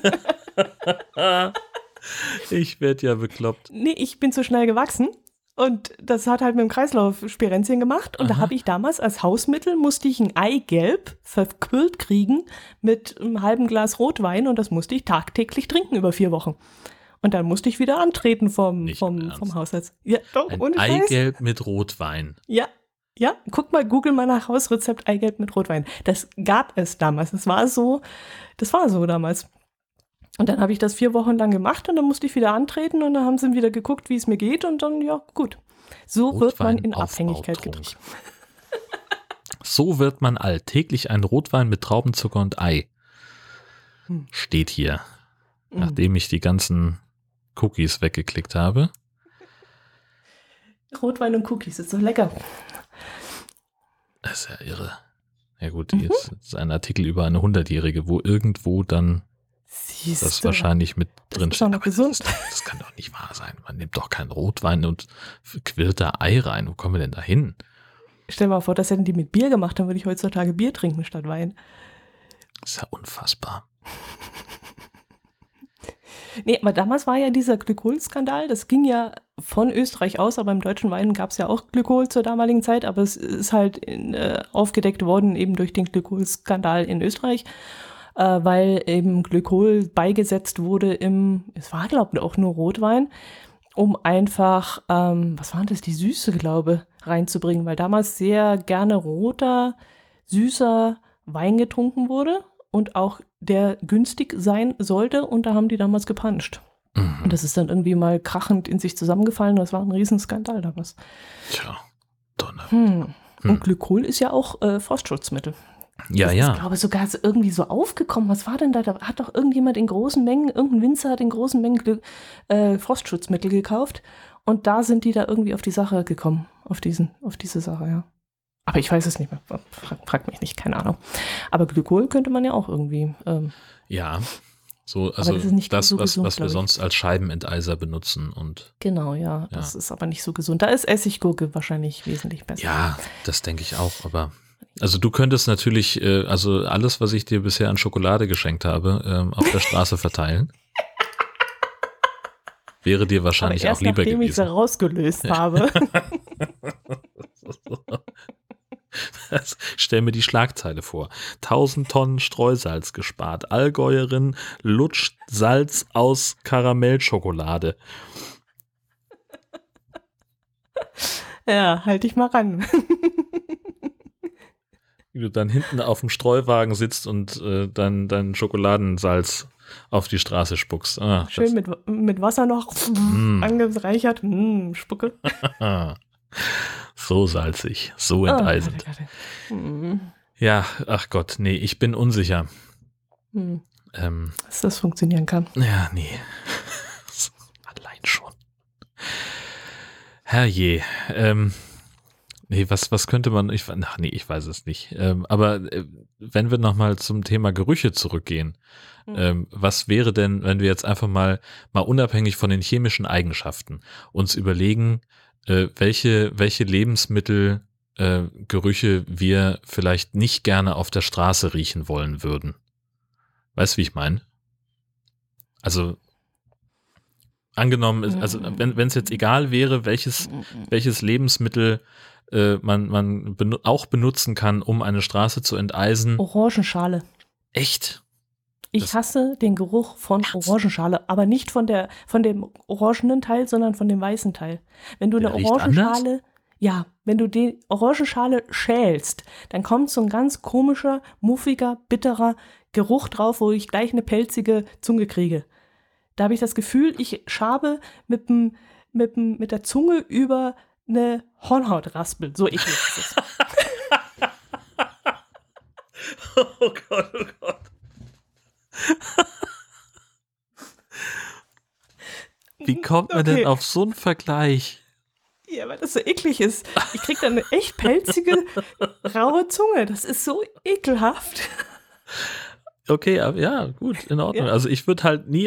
Ich werde ja bekloppt. Nee, ich bin zu schnell gewachsen. Und das hat halt mit dem Kreislauf Spirenzchen gemacht. Und da habe ich damals als Hausmittel, musste ich ein Eigelb verquirlt kriegen mit einem halben Glas Rotwein. Und das musste ich tagtäglich trinken über 4 Wochen. Und dann musste ich wieder antreten vom Hausarzt. Ja, doch, ohne Scheiß. Eigelb mit Rotwein. Ja, guck mal, google mal nach Hausrezept Eigelb mit Rotwein. Das gab es damals. Das war so damals. Und dann habe ich das 4 Wochen lang gemacht und dann musste ich wieder antreten und dann haben sie wieder geguckt, wie es mir geht und dann, ja, gut. So Rotwein wird man in Abhängigkeit getrieben. So wird man alltäglich ein Rotwein mit Traubenzucker und Ei. Steht hier. Nachdem ich die ganzen Cookies weggeklickt habe. Rotwein und Cookies, ist so lecker. Das ist ja irre. Ja gut, jetzt ist ein Artikel über eine 100-Jährige, wo irgendwo dann das wahrscheinlich mit drin steht. Aber gesund. Das kann doch nicht wahr sein. Man nimmt doch keinen Rotwein und quirlt da Ei rein. Wo kommen wir denn da hin? Stell dir mal vor, das hätten die mit Bier gemacht, dann würde ich heutzutage Bier trinken statt Wein. Das ist ja unfassbar. Nee, aber damals war ja dieser Glykol-Skandal, das ging ja von Österreich aus, aber im deutschen Wein gab es ja auch Glykol zur damaligen Zeit, aber es ist halt aufgedeckt worden eben durch den Glykol-Skandal in Österreich, weil eben Glykol beigesetzt wurde es war glaube ich auch nur Rotwein, um einfach, was war das, die Süße glaube, reinzubringen, weil damals sehr gerne roter, süßer Wein getrunken wurde und auch der günstig sein sollte und da haben die damals gepanscht. Und das ist dann irgendwie mal krachend in sich zusammengefallen. Das war ein Riesenskandal damals. Tja, Donner. Und Glykol ist ja auch Frostschutzmittel. Ja, das ja. ist, glaube ich, sogar irgendwie so aufgekommen. Was war denn da? Da hat doch irgendjemand in großen Mengen, irgendein Winzer hat in großen Mengen Frostschutzmittel gekauft. Und da sind die da irgendwie auf die Sache gekommen. Auf diese Sache, ja. Aber ich weiß es nicht mehr. Frag mich nicht, keine Ahnung. Aber Glykol könnte man ja auch irgendwie. Ja. So, also das ist nicht das, so was gesund, wir glaub ich. sonst als Scheibenenteiser benutzen. Und Genau, ja. Das ist aber nicht so gesund. Da ist Essiggurke wahrscheinlich wesentlich besser. ja, das denke ich auch. Aber also du könntest natürlich, also alles, was ich dir bisher an Schokolade geschenkt habe, auf der Straße verteilen. Wäre dir Aber wahrscheinlich erst auch lieber nachdem ich sie gewesen. rausgelöst habe. Stell mir die Schlagzeile vor. 1000 Tonnen Streusalz gespart. Allgäuerin lutscht Salz aus Karamellschokolade. Ja, halt dich mal ran. Wie du dann hinten auf dem Streuwagen sitzt und dann dein Schokoladensalz auf die Straße spuckst. Ah, Schön mit Wasser noch angereichert. Spucke. so salzig, so enteisend. Ja, ach Gott, nee, ich bin unsicher. Dass das funktionieren kann. Ja, nee. Allein schon. Herrje. Nee, was könnte man, ich weiß es nicht. Aber wenn wir nochmal zum Thema Gerüche zurückgehen, was wäre denn, wenn wir jetzt einfach mal unabhängig von den chemischen Eigenschaften uns überlegen, welche Lebensmittel, Gerüche wir vielleicht nicht gerne auf der Straße riechen wollen würden? Weißt du, wie ich meine? Also angenommen, also wenn es jetzt egal wäre, welches Lebensmittel man auch benutzen kann, um eine Straße zu enteisen. Orangenschale. Echt? Ich hasse den Geruch von Orangenschale, aber nicht von dem orangenen Teil, sondern von dem weißen Teil. Wenn du eine Orangenschale, wenn du die Orangenschale schälst, dann kommt so ein ganz komischer, muffiger, bitterer Geruch drauf, wo ich gleich eine pelzige Zunge kriege. Da habe ich das Gefühl, ich schabe mit der Zunge über eine Hornhautraspel. So eklig ist es. Oh Gott, oh Gott. Wie kommt man denn auf so einen Vergleich? Ja, weil das so eklig ist. Ich krieg dann eine echt pelzige, raue Zunge. Das ist so ekelhaft. Okay, aber ja, gut, in Ordnung. Ja. Also ich würde halt nie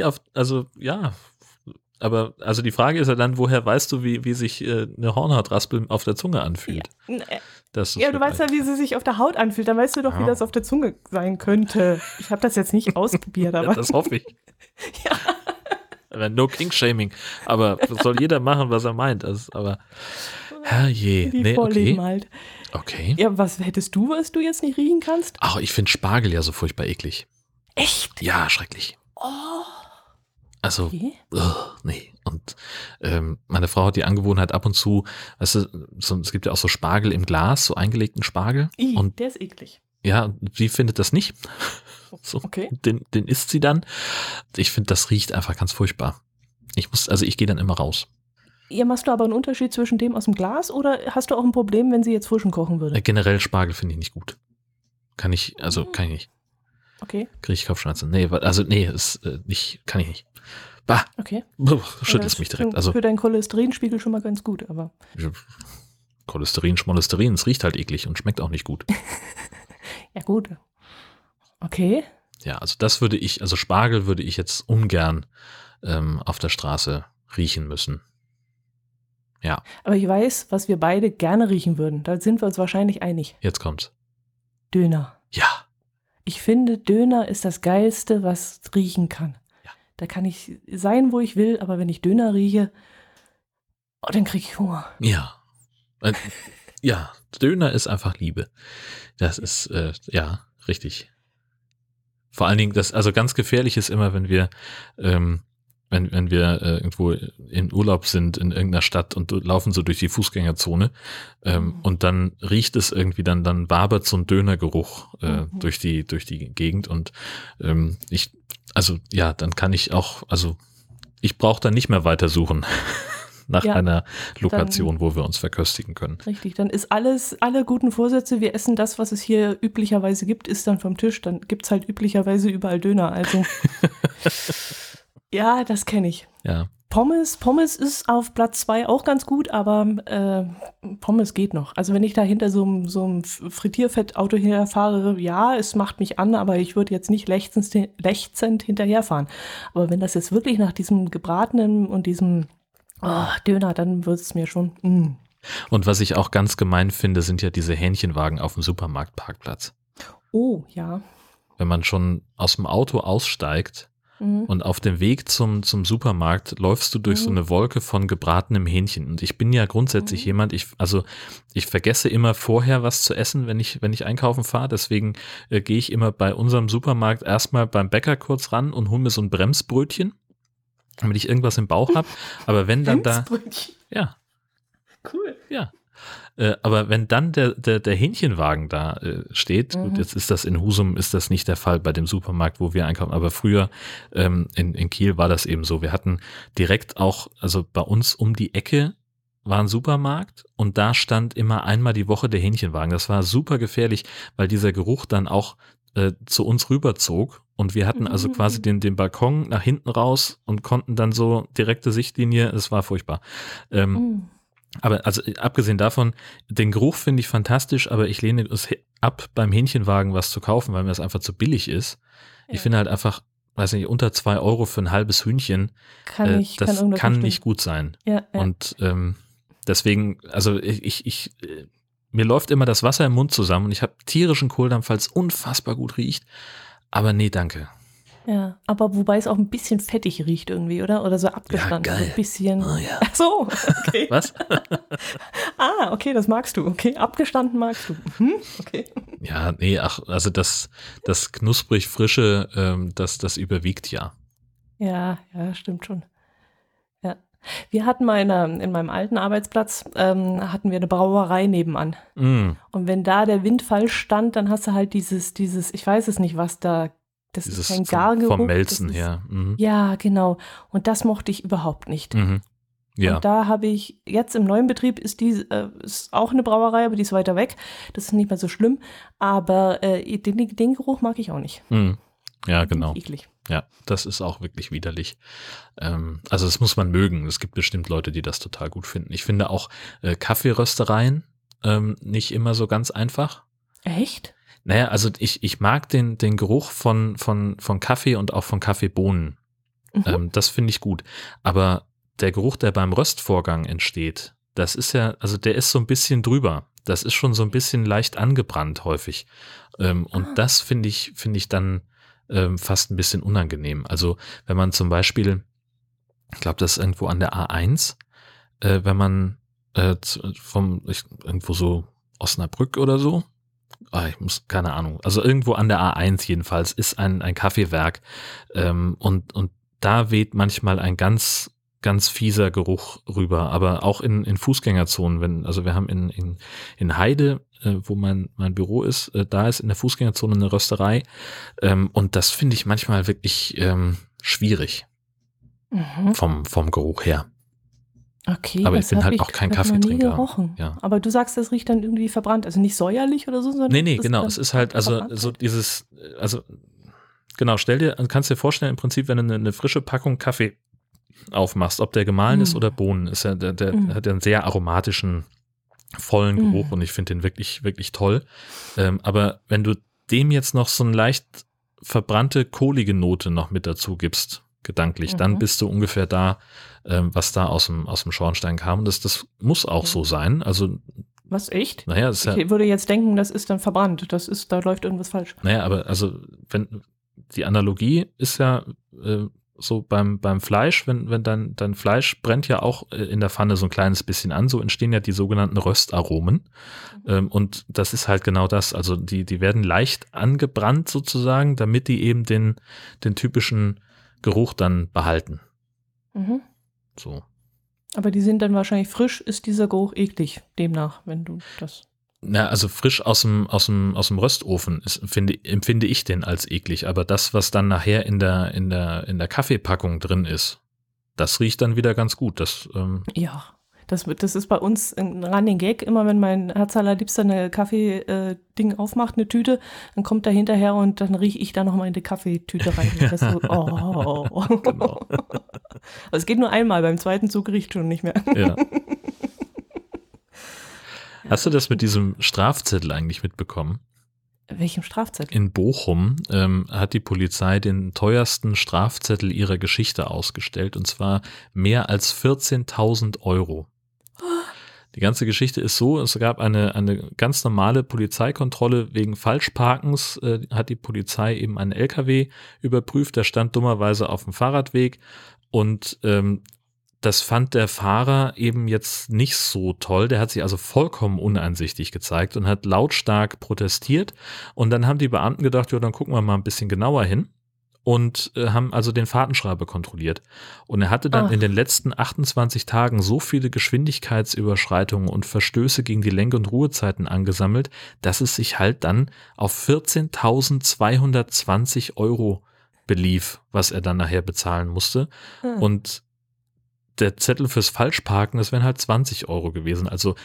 aber die Frage ist ja dann, woher weißt du, wie sich eine Hornhautraspel auf der Zunge anfühlt? Ja, du weißt ja, wie sie sich auf der Haut anfühlt. Dann weißt du doch, wie das auf der Zunge sein könnte. Ich habe das jetzt nicht ausprobiert, aber. Ja, das hoffe ich. Ja. No King-Shaming. Aber soll jeder machen, was er meint. Aber, herrje. Die Vorleben halt. Okay. Ja, was hättest du, was du jetzt nicht riechen kannst? Ach, ich finde Spargel ja so furchtbar eklig. Echt? Ja, schrecklich. Oh. Also, nee. Und meine Frau hat die Angewohnheit ab und zu, weißt du, es gibt ja auch so Spargel im Glas, so eingelegten Spargel. Und der ist eklig. Ja, sie findet das nicht. So, okay. Den isst sie dann. Ich finde, das riecht einfach ganz furchtbar. Ich gehe dann immer raus. Ja, machst du aber einen Unterschied zwischen dem aus dem Glas oder hast du auch ein Problem, wenn sie jetzt frischen kochen würde? Generell Spargel finde ich nicht gut. Kann ich nicht. Okay. Kriege ich Kopfschmerzen. Nee, ist nicht, kann ich nicht. Bah. Okay. Schüttelst mich direkt. Für deinen Cholesterinspiegel schon mal ganz gut, aber. Cholesterin, Schmolesterin, es riecht halt eklig und schmeckt auch nicht gut. Ja, gut. Okay. Ja, also Spargel würde ich jetzt ungern auf der Straße riechen müssen. Ja. Aber ich weiß, was wir beide gerne riechen würden. Da sind wir uns wahrscheinlich einig. Jetzt kommt's. Döner. Ja. Ich finde, Döner ist das Geilste, was riechen kann. Ja. Da kann ich sein, wo ich will, aber wenn ich Döner rieche, dann kriege ich Hunger. Ja. Ja, Döner ist einfach Liebe. Das ist, richtig. Vor allen Dingen, ganz gefährlich ist immer, wenn wenn wir irgendwo in Urlaub sind in irgendeiner Stadt und laufen so durch die Fußgängerzone und dann riecht es irgendwie, dann wabert so ein Dönergeruch durch die Gegend und dann kann ich auch, also ich brauche dann nicht mehr weiter suchen nach einer Lokation, wo wir uns verköstigen können. Richtig, dann ist alle guten Vorsätze, wir essen das, was es hier üblicherweise gibt, ist dann vom Tisch. Dann gibt es halt üblicherweise überall Döner. Also ja, das kenne ich. Ja. Pommes ist auf Platz 2 auch ganz gut, aber Pommes geht noch. Also wenn ich da hinter so einem Frittierfettauto herfahre, ja, es macht mich an, aber ich würde jetzt nicht lechzend hinterherfahren. Aber wenn das jetzt wirklich nach diesem gebratenen und diesem Döner, dann wird es mir schon. Und was ich auch ganz gemein finde, sind ja diese Hähnchenwagen auf dem Supermarktparkplatz. Oh, ja. Wenn man schon aus dem Auto aussteigt und auf dem Weg zum Supermarkt läufst du durch so eine Wolke von gebratenem Hähnchen. Und ich bin ja grundsätzlich jemand, ich vergesse immer vorher was zu essen, wenn ich einkaufen fahre. Deswegen gehe ich immer bei unserem Supermarkt erstmal beim Bäcker kurz ran und hole mir so ein Bremsbrötchen, damit ich irgendwas im Bauch habe. Aber wenn dann da. Ja. Cool. Ja. Aber wenn dann der Hähnchenwagen da steht, gut, jetzt ist das in Husum, ist das nicht der Fall bei dem Supermarkt, wo wir einkaufen, aber früher in Kiel war das eben so. Wir hatten direkt auch, also bei uns um die Ecke war ein Supermarkt und da stand immer einmal die Woche der Hähnchenwagen. Das war super gefährlich, weil dieser Geruch dann auch zu uns rüberzog und wir hatten also quasi den Balkon nach hinten raus und konnten dann so direkte Sichtlinie, es war furchtbar. Aber also abgesehen davon, den Geruch finde ich fantastisch, aber ich lehne es ab, beim Hähnchenwagen was zu kaufen, weil mir das einfach zu billig ist. Ich finde halt einfach, weiß nicht, unter 2 Euro für ein halbes Hühnchen, das kann nicht gut sein. Ja. Und deswegen, also mir läuft immer das Wasser im Mund zusammen und ich habe tierischen Kohldampf, weil es unfassbar gut riecht. Aber nee, danke. Ja, aber wobei es auch ein bisschen fettig riecht irgendwie, oder? Oder so abgestanden. Ja, geil. So ein bisschen. Oh, ja. Ach so, okay. Was? Okay, das magst du. Okay, abgestanden magst du. Okay. Ja, nee, also das knusprig Frische, das überwiegt ja. Ja, stimmt schon. Ja. Wir hatten mal in meinem alten Arbeitsplatz, hatten wir eine Brauerei nebenan. Und wenn da der Windfall stand, dann hast du halt dieses, ich weiß es nicht, was da. Das ist kein Gargeruch. Vom Melzen her. Ja, genau. Und das mochte ich überhaupt nicht. Ja. Und da habe ich, jetzt im neuen Betrieb ist auch eine Brauerei, aber die ist weiter weg. Das ist nicht mehr so schlimm. Aber den Geruch mag ich auch nicht. Ja, genau. Eklig. Ja, das ist auch wirklich widerlich. Also das muss man mögen. Es gibt bestimmt Leute, die das total gut finden. Ich finde auch Kaffeeröstereien nicht immer so ganz einfach. Echt? Naja, also ich mag den Geruch von Kaffee und auch von Kaffeebohnen. Das finde ich gut. Aber der Geruch, der beim Röstvorgang entsteht, das ist ja, also der ist so ein bisschen drüber. Das ist schon so ein bisschen leicht angebrannt häufig. Und das finde ich dann fast ein bisschen unangenehm. Also wenn man zum Beispiel, ich glaube, das ist irgendwo an der A1, wenn man irgendwo so Osnabrück oder so, keine Ahnung, also irgendwo an der A1 jedenfalls ist ein Kaffeewerk und da weht manchmal ein ganz, ganz fieser Geruch rüber, aber auch in Fußgängerzonen, also wir haben in Heide, wo mein Büro ist, da ist in der Fußgängerzone eine Rösterei und das finde ich manchmal wirklich schwierig vom Geruch her. Okay, aber ich bin halt auch kein Kaffeetrinker. Gerochen. Ja. Aber du sagst, das riecht dann irgendwie verbrannt, also nicht säuerlich oder so, sondern nee, genau, es ist halt also so dieses, also genau, kannst dir vorstellen, im Prinzip, wenn du eine frische Packung Kaffee aufmachst, ob der gemahlen ist oder Bohnen, ist ja, der hat ja einen sehr aromatischen, vollen Geruch und ich finde den wirklich, wirklich toll. Aber wenn du dem jetzt noch so eine leicht verbrannte, kohlige Note noch mit dazu gibst, gedanklich, dann bist du ungefähr da, was da aus dem Schornstein kam. Das muss auch so sein. Also was, echt? Naja, ich würde jetzt denken, das ist dann verbrannt. Da läuft irgendwas falsch. Naja, aber also wenn die Analogie ist ja so beim Fleisch, wenn dein Fleisch brennt ja auch in der Pfanne so ein kleines bisschen an, so entstehen ja die sogenannten Röstaromen. Und das ist halt genau das. Also die werden leicht angebrannt sozusagen, damit die eben den typischen Geruch dann behalten. Mhm. So. Aber die sind dann wahrscheinlich frisch, ist dieser Geruch eklig, demnach, wenn du das... Na, also frisch aus dem Röstofen empfinde ich den als eklig, aber das, was dann nachher in der Kaffeepackung drin ist, das riecht dann wieder ganz gut. Ja, das ist bei uns ein Running Gag. Immer wenn mein Herzallerliebster eine Kaffee-Ding aufmacht, eine Tüte, dann kommt er hinterher und dann rieche ich da nochmal in die Kaffeetüte rein. Das so, oh. Genau. Aber es geht nur einmal, beim zweiten Zug riecht schon nicht mehr. Ja. Hast du das mit diesem Strafzettel eigentlich mitbekommen? Welchem Strafzettel? In Bochum hat die Polizei den teuersten Strafzettel ihrer Geschichte ausgestellt, und zwar mehr als 14.000 Euro. Die ganze Geschichte ist so, es gab eine ganz normale Polizeikontrolle wegen Falschparkens, hat die Polizei eben einen LKW überprüft, der stand dummerweise auf dem Fahrradweg, und das fand der Fahrer eben jetzt nicht so toll. Der hat sich also vollkommen uneinsichtig gezeigt und hat lautstark protestiert. Und dann haben die Beamten gedacht, ja, dann gucken wir mal ein bisschen genauer hin, und haben also den Fahrtenschreiber kontrolliert. Und er hatte dann in den letzten 28 Tagen so viele Geschwindigkeitsüberschreitungen und Verstöße gegen die Lenk- und Ruhezeiten angesammelt, dass es sich halt dann auf 14.220 Euro belief, was er dann nachher bezahlen musste. Und der Zettel fürs Falschparken, das wären halt 20 Euro gewesen. Also,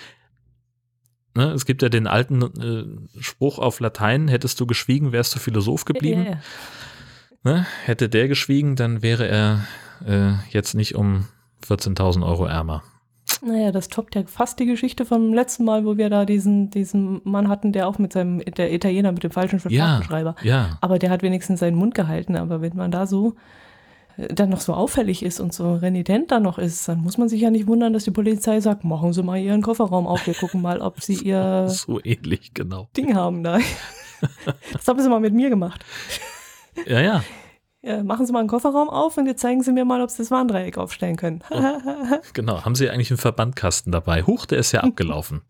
ne, es gibt ja den alten Spruch auf Latein, hättest du geschwiegen, wärst du Philosoph geblieben. Yeah. Ne, hätte der geschwiegen, dann wäre er jetzt nicht um 14.000 Euro ärmer. Naja, das toppt ja fast die Geschichte vom letzten Mal, wo wir da diesen Mann hatten, der auch der Italiener mit dem falschen Fahrtenschreiber. Ja. Aber der hat wenigstens seinen Mund gehalten. Aber wenn man da so dann noch so auffällig ist und so renitent da noch ist, dann muss man sich ja nicht wundern, dass die Polizei sagt, machen Sie mal Ihren Kofferraum auf, wir gucken mal, ob Sie Ihr so ähnlich, genau. Ding haben da. Das haben Sie mal mit mir gemacht. Ja. Ja, machen Sie mal einen Kofferraum auf und jetzt zeigen Sie mir mal, ob Sie das Warndreieck aufstellen können. Genau, haben Sie eigentlich einen Verbandkasten dabei? Huch, der ist ja abgelaufen.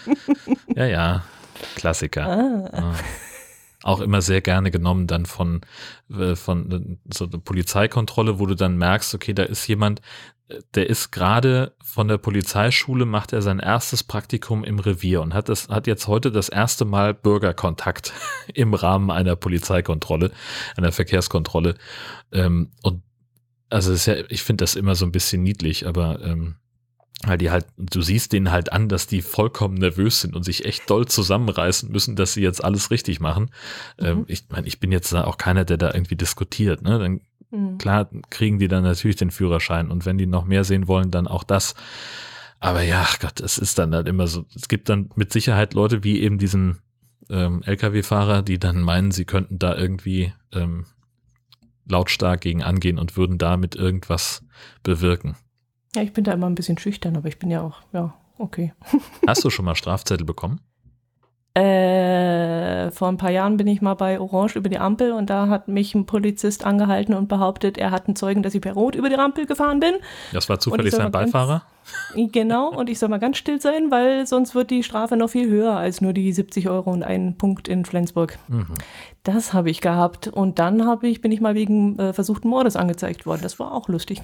Ja, Klassiker. Ja. Auch immer sehr gerne genommen dann von so einer Polizeikontrolle, wo du dann merkst, okay, da ist jemand, der ist gerade von der Polizeischule, macht er sein erstes Praktikum im Revier und hat jetzt heute das erste Mal Bürgerkontakt im Rahmen einer Polizeikontrolle, einer Verkehrskontrolle. Und also ich finde das immer so ein bisschen niedlich, aber weil du siehst denen halt an, dass die vollkommen nervös sind und sich echt doll zusammenreißen müssen, dass sie jetzt alles richtig machen. Ich meine, ich bin jetzt auch keiner, der da irgendwie diskutiert, ne? Dann klar kriegen die dann natürlich den Führerschein, und wenn die noch mehr sehen wollen, dann auch das. Aber ja, Gott, es ist dann halt immer so, es gibt dann mit Sicherheit Leute wie eben diesen LKW-Fahrer, die dann meinen, sie könnten da irgendwie lautstark gegen angehen und würden damit irgendwas bewirken. Ja, ich bin da immer ein bisschen schüchtern, aber ich bin ja auch, ja, okay. Hast du schon mal Strafzettel bekommen? Vor ein paar Jahren bin ich mal bei Orange über die Ampel und da hat mich ein Polizist angehalten und behauptet, er hat einen Zeugen, dass ich per Rot über die Ampel gefahren bin. Das war zufällig sein Beifahrer? Genau, und ich soll mal ganz still sein, weil sonst wird die Strafe noch viel höher als nur die 70 Euro und einen Punkt in Flensburg. Das habe ich gehabt, und dann bin ich mal wegen versuchten Mordes angezeigt worden. Das war auch lustig.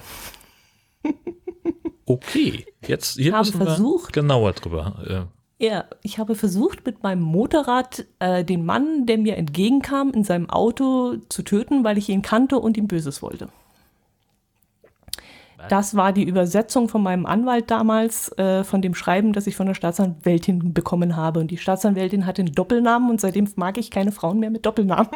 Okay, hier müssen wir genauer drüber. Ja, ich habe versucht, mit meinem Motorrad den Mann, der mir entgegenkam, in seinem Auto zu töten, weil ich ihn kannte und ihm Böses wollte. Das war die Übersetzung von meinem Anwalt damals, von dem Schreiben, das ich von der Staatsanwältin bekommen habe. Und die Staatsanwältin hatte einen Doppelnamen, und seitdem mag ich keine Frauen mehr mit Doppelnamen.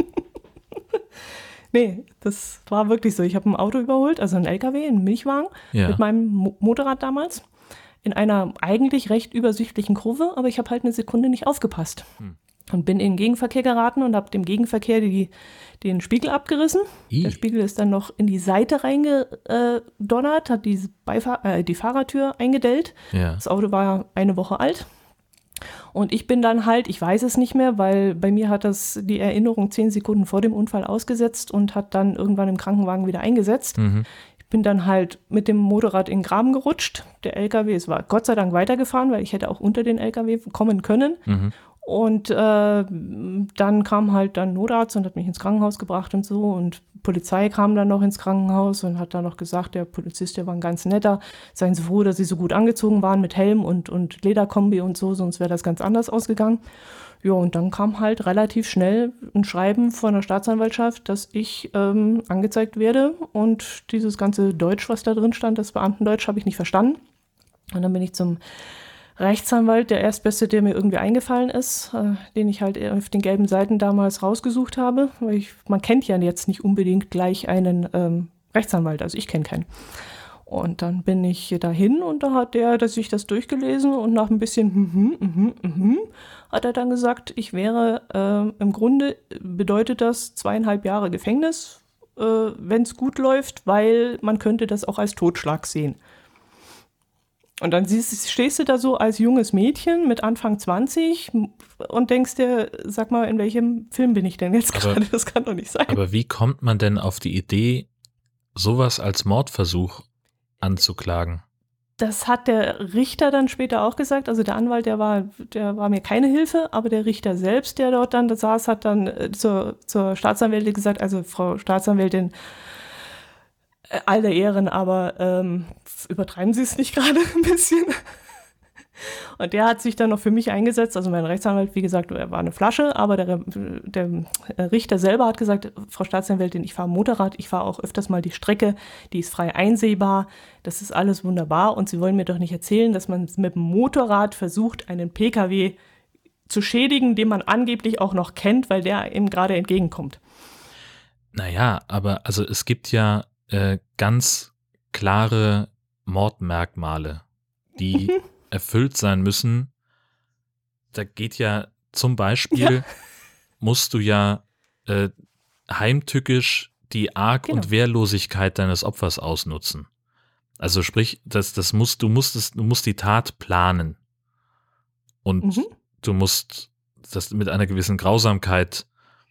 Nee, das war wirklich so. Ich habe ein Auto überholt, also einen LKW, einen Milchwagen, mit meinem Motorrad damals, in einer eigentlich recht übersichtlichen Kurve, aber ich habe halt eine Sekunde nicht aufgepasst. Und bin in den Gegenverkehr geraten und habe dem Gegenverkehr den Spiegel abgerissen. Der Spiegel ist dann noch in die Seite reingedonnert, hat die Fahrertür eingedellt. Ja. Das Auto war eine Woche alt. Und ich bin dann halt, ich weiß es nicht mehr, weil bei mir hat das die Erinnerung 10 Sekunden vor dem Unfall ausgesetzt und hat dann irgendwann im Krankenwagen wieder eingesetzt. Ich bin dann halt mit dem Motorrad in den Graben gerutscht. Der LKW war Gott sei Dank weitergefahren, weil ich hätte auch unter den LKW kommen können. Und dann kam halt dann Notarzt und hat mich ins Krankenhaus gebracht und so. Und Polizei kam dann noch ins Krankenhaus und hat dann noch gesagt, der Polizist, der war ein ganz netter, seien Sie froh, dass Sie so gut angezogen waren mit Helm und Lederkombi und so, sonst wäre das ganz anders ausgegangen. Ja, und dann kam halt relativ schnell ein Schreiben von der Staatsanwaltschaft, dass ich angezeigt werde. Und dieses ganze Deutsch, was da drin stand, das Beamtendeutsch, habe ich nicht verstanden. Und dann bin ich zum Rechtsanwalt, der erstbeste, der mir irgendwie eingefallen ist, den ich halt auf den gelben Seiten damals rausgesucht habe. Weil man kennt ja jetzt nicht unbedingt gleich einen Rechtsanwalt, also ich kenne keinen. Und dann bin ich dahin und da hat der sich das durchgelesen und nach ein bisschen hat er dann gesagt, ich wäre, im Grunde bedeutet das 2,5 Jahre Gefängnis, wenn es gut läuft, weil man könnte das auch als Totschlag sehen. Und dann stehst du da so als junges Mädchen mit Anfang 20 und denkst dir, sag mal, in welchem Film bin ich denn jetzt gerade? Das kann doch nicht sein. Aber wie kommt man denn auf die Idee, sowas als Mordversuch anzuklagen? Das hat der Richter dann später auch gesagt. Also der Anwalt, der war mir keine Hilfe, aber der Richter selbst, der dort dann saß, hat dann zur Staatsanwältin gesagt, also Frau Staatsanwältin, alle Ehren, aber übertreiben Sie es nicht gerade ein bisschen? Und der hat sich dann noch für mich eingesetzt, also mein Rechtsanwalt, wie gesagt, er war eine Flasche, aber der Richter selber hat gesagt, Frau Staatsanwältin, ich fahre Motorrad, ich fahre auch öfters mal die Strecke, die ist frei einsehbar, das ist alles wunderbar und Sie wollen mir doch nicht erzählen, dass man mit dem Motorrad versucht, einen PKW zu schädigen, den man angeblich auch noch kennt, weil der ihm gerade entgegenkommt. Naja, aber also es gibt ja ganz klare Mordmerkmale, die erfüllt sein müssen. Da geht ja zum Beispiel, musst du ja heimtückisch die Arg- und Wehrlosigkeit deines Opfers ausnutzen. Also sprich, du musst die Tat planen. Und du musst das mit einer gewissen Grausamkeit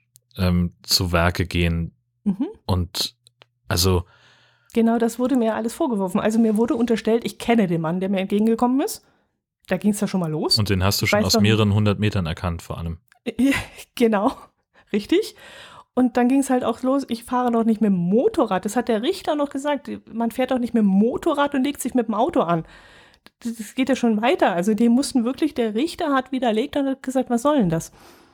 zu Werke gehen. Und also genau, das wurde mir alles vorgeworfen. Also mir wurde unterstellt, ich kenne den Mann, der mir entgegengekommen ist. Da ging es ja schon mal los. Und den hast du schon aus mehreren 100 Metern erkannt, vor allem. Genau, richtig. Und dann ging es halt auch los, ich fahre doch nicht mit dem Motorrad. Das hat der Richter noch gesagt. Man fährt doch nicht mit dem Motorrad und legt sich mit dem Auto an. Das geht ja schon weiter. Also die mussten wirklich, der Richter hat widerlegt und hat gesagt, was soll denn das?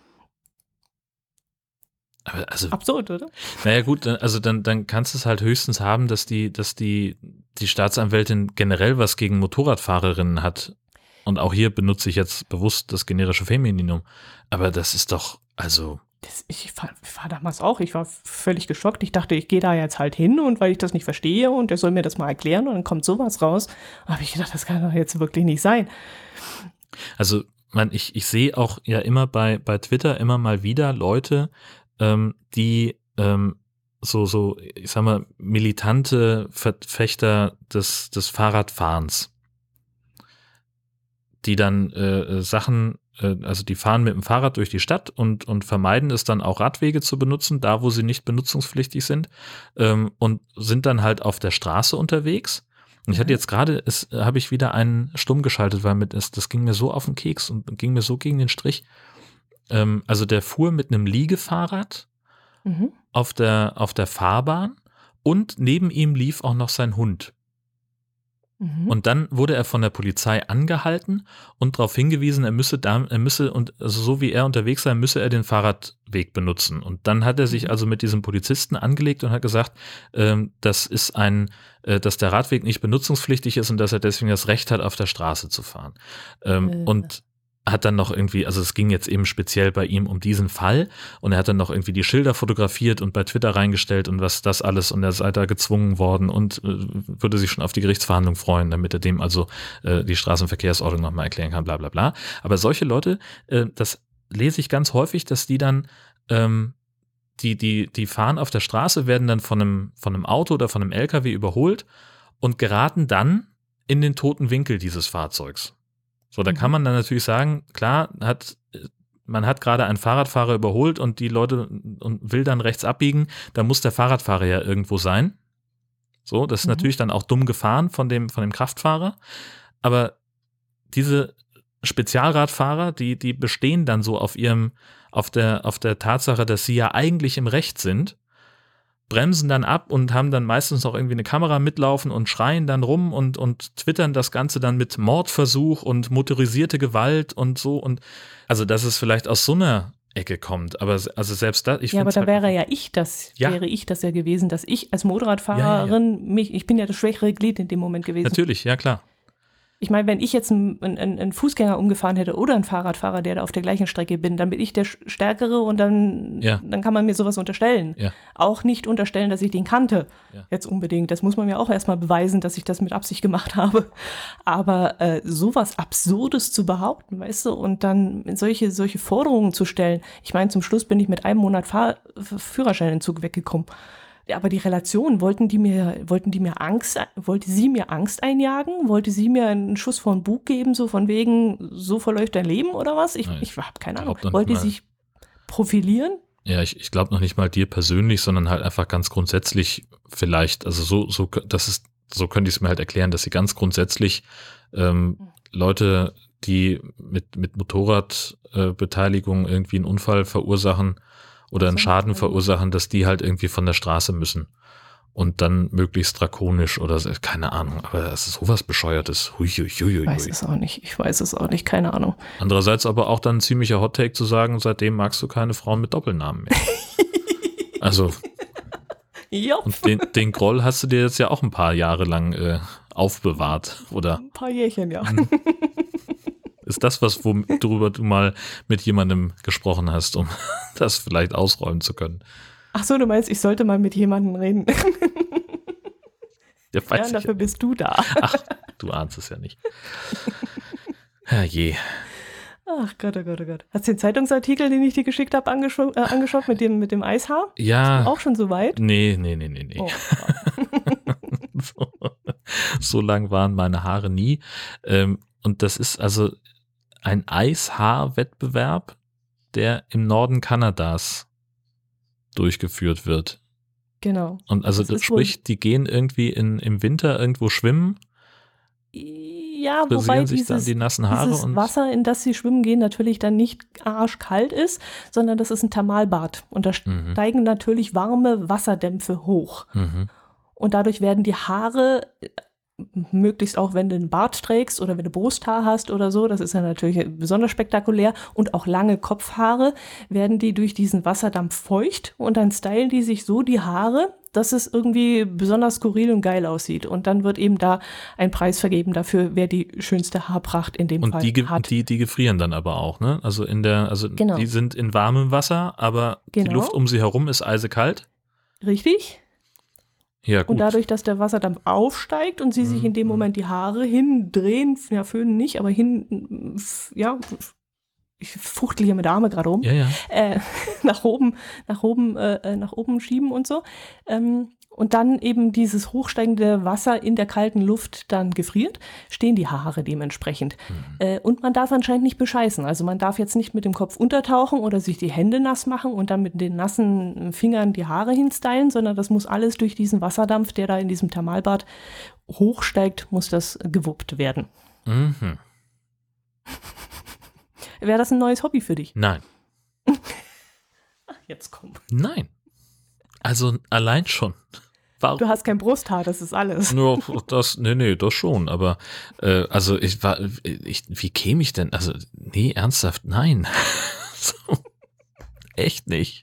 Also, absurd, oder? Naja gut, also dann kannst du es halt höchstens haben, dass die Staatsanwältin generell was gegen Motorradfahrerinnen hat. Und auch hier benutze ich jetzt bewusst das generische Femininum. Aber das ist doch, also... Ich war damals auch, ich war völlig geschockt. Ich dachte, ich gehe da jetzt halt hin und weil ich das nicht verstehe und der soll mir das mal erklären und dann kommt sowas raus. Da habe ich gedacht, das kann doch jetzt wirklich nicht sein. Also ich sehe auch ja immer bei Twitter immer mal wieder Leute, die so, ich sag mal, militante Verfechter des Fahrradfahrens, die dann Sachen, also die fahren mit dem Fahrrad durch die Stadt und vermeiden es dann auch Radwege zu benutzen, da wo sie nicht benutzungspflichtig sind, und sind dann halt auf der Straße unterwegs. Und ich hatte jetzt gerade, habe ich wieder einen stumm geschaltet, weil das ging mir so auf den Keks und ging mir so gegen den Strich. Also der fuhr mit einem Liegefahrrad auf der Fahrbahn und neben ihm lief auch noch sein Hund. Und dann wurde er von der Polizei angehalten und darauf hingewiesen, er müsse und also so wie er unterwegs sei, müsse er den Fahrradweg benutzen. Und dann hat er sich also mit diesem Polizisten angelegt und hat gesagt, dass der Radweg nicht benutzungspflichtig ist und dass er deswegen das Recht hat, auf der Straße zu fahren. Und hat dann noch irgendwie, also es ging jetzt eben speziell bei ihm um diesen Fall und er hat dann noch irgendwie die Schilder fotografiert und bei Twitter reingestellt und was das alles und er sei da gezwungen worden und würde sich schon auf die Gerichtsverhandlung freuen, damit er dem also die Straßenverkehrsordnung nochmal erklären kann, bla bla bla. Aber solche Leute, das lese ich ganz häufig, dass die dann die fahren auf der Straße, werden dann von einem Auto oder von einem LKW überholt und geraten dann in den toten Winkel dieses Fahrzeugs. So, da kann man dann natürlich sagen, klar, man hat gerade einen Fahrradfahrer überholt und die Leute und will dann rechts abbiegen, da muss der Fahrradfahrer ja irgendwo sein. So, das ist natürlich dann auch dumm gefahren von dem Kraftfahrer. Aber diese Spezialradfahrer, die bestehen dann so auf der Tatsache, dass sie ja eigentlich im Recht sind, bremsen dann ab und haben dann meistens noch irgendwie eine Kamera mitlaufen und schreien dann rum und twittern das Ganze dann mit Mordversuch und motorisierte Gewalt und so. Und also, dass es vielleicht aus so einer Ecke kommt, aber also selbst das, ich Ja, aber da halt, wäre ja das ja gewesen, dass ich als Motorradfahrerin ich bin ja das schwächere Glied in dem Moment gewesen. Natürlich, ja klar. Ich meine, wenn ich jetzt einen Fußgänger umgefahren hätte oder einen Fahrradfahrer, der da auf der gleichen Strecke bin, dann bin ich der Stärkere und dann kann man mir sowas unterstellen. Ja. Auch nicht unterstellen, dass ich den kannte, jetzt unbedingt. Das muss man mir auch erstmal beweisen, dass ich das mit Absicht gemacht habe. Aber sowas Absurdes zu behaupten, weißt du, und dann solche Forderungen zu stellen. Ich meine, zum Schluss bin ich mit einem Monat Führerscheinentzug weggekommen. Aber die Relation, wollte sie mir Angst einjagen? Wollte sie mir einen Schuss vor den Bug geben, so von wegen, so verläuft dein Leben oder was? Ich habe keine Ahnung. Wollte sie sich profilieren? Ja, ich glaube noch nicht mal dir persönlich, sondern halt einfach ganz grundsätzlich vielleicht, also so könnte ich es mir halt erklären, dass sie ganz grundsätzlich Leute, die mit Motorradbeteiligung irgendwie einen Unfall verursachen, oder einen Schaden verursachen, dass die halt irgendwie von der Straße müssen. Und dann möglichst drakonisch oder so, keine Ahnung. Aber das ist sowas Bescheuertes. Ich weiß es auch nicht, keine Ahnung. Andererseits aber auch dann ein ziemlicher Hottake zu sagen, seitdem magst du keine Frauen mit Doppelnamen mehr. Also, und den Groll hast du dir jetzt ja auch ein paar Jahre lang aufbewahrt, oder? Ein paar Jährchen, ja. Ist das was, worüber du mal mit jemandem gesprochen hast, um das vielleicht ausräumen zu können? Ach so, du meinst, ich sollte mal mit jemandem reden? Ja, dafür bist du da. Ach, du ahnst es ja nicht. Herrje. Ach Gott, oh Gott, oh Gott. Hast du den Zeitungsartikel, den ich dir geschickt habe, angeschaut mit dem Eishaar? Ja. Bist du auch schon so weit? Nee. Oh, so lang waren meine Haare nie. Und das ist also ein Eishaar-Wettbewerb, der im Norden Kanadas durchgeführt wird. Genau. Und also das sprich, die gehen irgendwie im Winter irgendwo schwimmen. Ja, wobei sich dann die nassen Haare dieses Wasser, in das sie schwimmen gehen, natürlich dann nicht arschkalt ist, sondern das ist ein Thermalbad. Und da steigen natürlich warme Wasserdämpfe hoch. Und dadurch werden die Haare, möglichst auch, wenn du einen Bart trägst oder wenn du Brusthaar hast oder so, das ist ja natürlich besonders spektakulär, und auch lange Kopfhaare, werden die durch diesen Wasserdampf feucht und dann stylen die sich so die Haare, dass es irgendwie besonders skurril und geil aussieht. Und dann wird eben da ein Preis vergeben dafür, wer die schönste Haarpracht in dem Fall hat. Und die gefrieren dann aber auch, ne? Also genau. Die sind in warmem Wasser, aber die Luft um sie herum ist eisekalt. Richtig. Ja, gut. Und dadurch, dass der Wasserdampf aufsteigt und sie sich in dem Moment die Haare hindrehen, ja, föhnen nicht, aber ich fuchtel hier mit der Arme gerade um, nach oben schieben und so. Und dann eben dieses hochsteigende Wasser in der kalten Luft dann gefriert, stehen die Haare dementsprechend. Und man darf anscheinend nicht bescheißen. Also man darf jetzt nicht mit dem Kopf untertauchen oder sich die Hände nass machen und dann mit den nassen Fingern die Haare hinstylen, sondern das muss alles durch diesen Wasserdampf, der da in diesem Thermalbad hochsteigt, muss das gewuppt werden. Wäre das ein neues Hobby für dich? Nein. Ach, jetzt komm. Nein. Also allein schon. Warum? Du hast kein Brusthaar, das ist alles. Nur das, nee, das schon. Aber wie käme ich denn? Also, nee, ernsthaft, nein. So, echt nicht.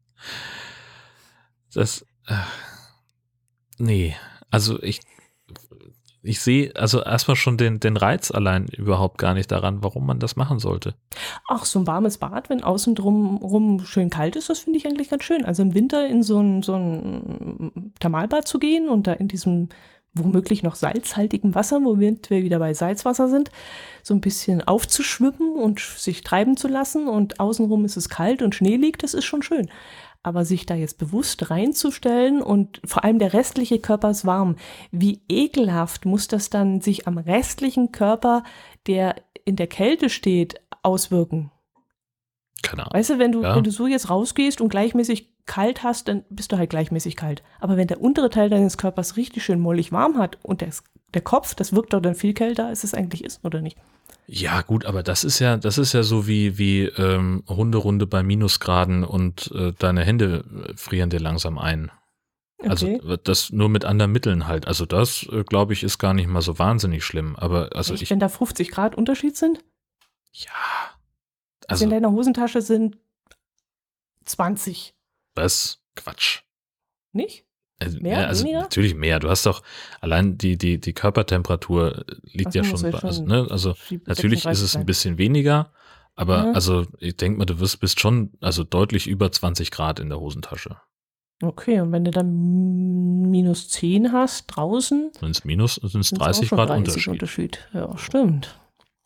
Nee, also ich sehe also erstmal schon den Reiz allein überhaupt gar nicht daran, warum man das machen sollte. Ach, so ein warmes Bad, wenn außen drumherum schön kalt ist, das finde ich eigentlich ganz schön. Also im Winter in so ein Thermalbad zu gehen und da in diesem womöglich noch salzhaltigen Wasser, womit wir wieder bei Salzwasser sind, so ein bisschen aufzuschwimmen und sich treiben zu lassen und außenrum ist es kalt und Schnee liegt, das ist schon schön. Aber sich da jetzt bewusst reinzustellen und vor allem der restliche Körper ist warm, wie ekelhaft muss das dann sich am restlichen Körper, der in der Kälte steht, auswirken? Keine Ahnung. Weißt du, wenn du so jetzt rausgehst und gleichmäßig kalt hast, dann bist du halt gleichmäßig kalt. Aber wenn der untere Teil deines Körpers richtig schön mollig warm hat und der Kopf, das wirkt doch dann viel kälter, als es eigentlich ist, oder nicht? Ja, gut, aber das ist ja so wie Hunderunde bei Minusgraden und deine Hände frieren dir langsam ein. Also Okay. das nur mit anderen Mitteln halt. Also das, glaube ich, ist gar nicht mal so wahnsinnig schlimm. Aber also Echt, wenn da 50 Grad Unterschied sind? ja, Also in also deiner Hosentasche sind 20. was? Quatsch. Nicht? Ja, Mehr? also Weniger? natürlich mehr. Du hast doch allein die Körpertemperatur liegt ja Achso, muss schon, ja also, schon ne, also natürlich ist 36 es ein sein. bisschen weniger, aber Ja. also ich denke mal, bist schon also deutlich über 20 Grad in der Hosentasche. Okay, und wenn du dann -10 hast draußen, Wenn es minus, sind es sind es auch 30 schon Grad 30 Unterschied. Unterschied. Ja, stimmt.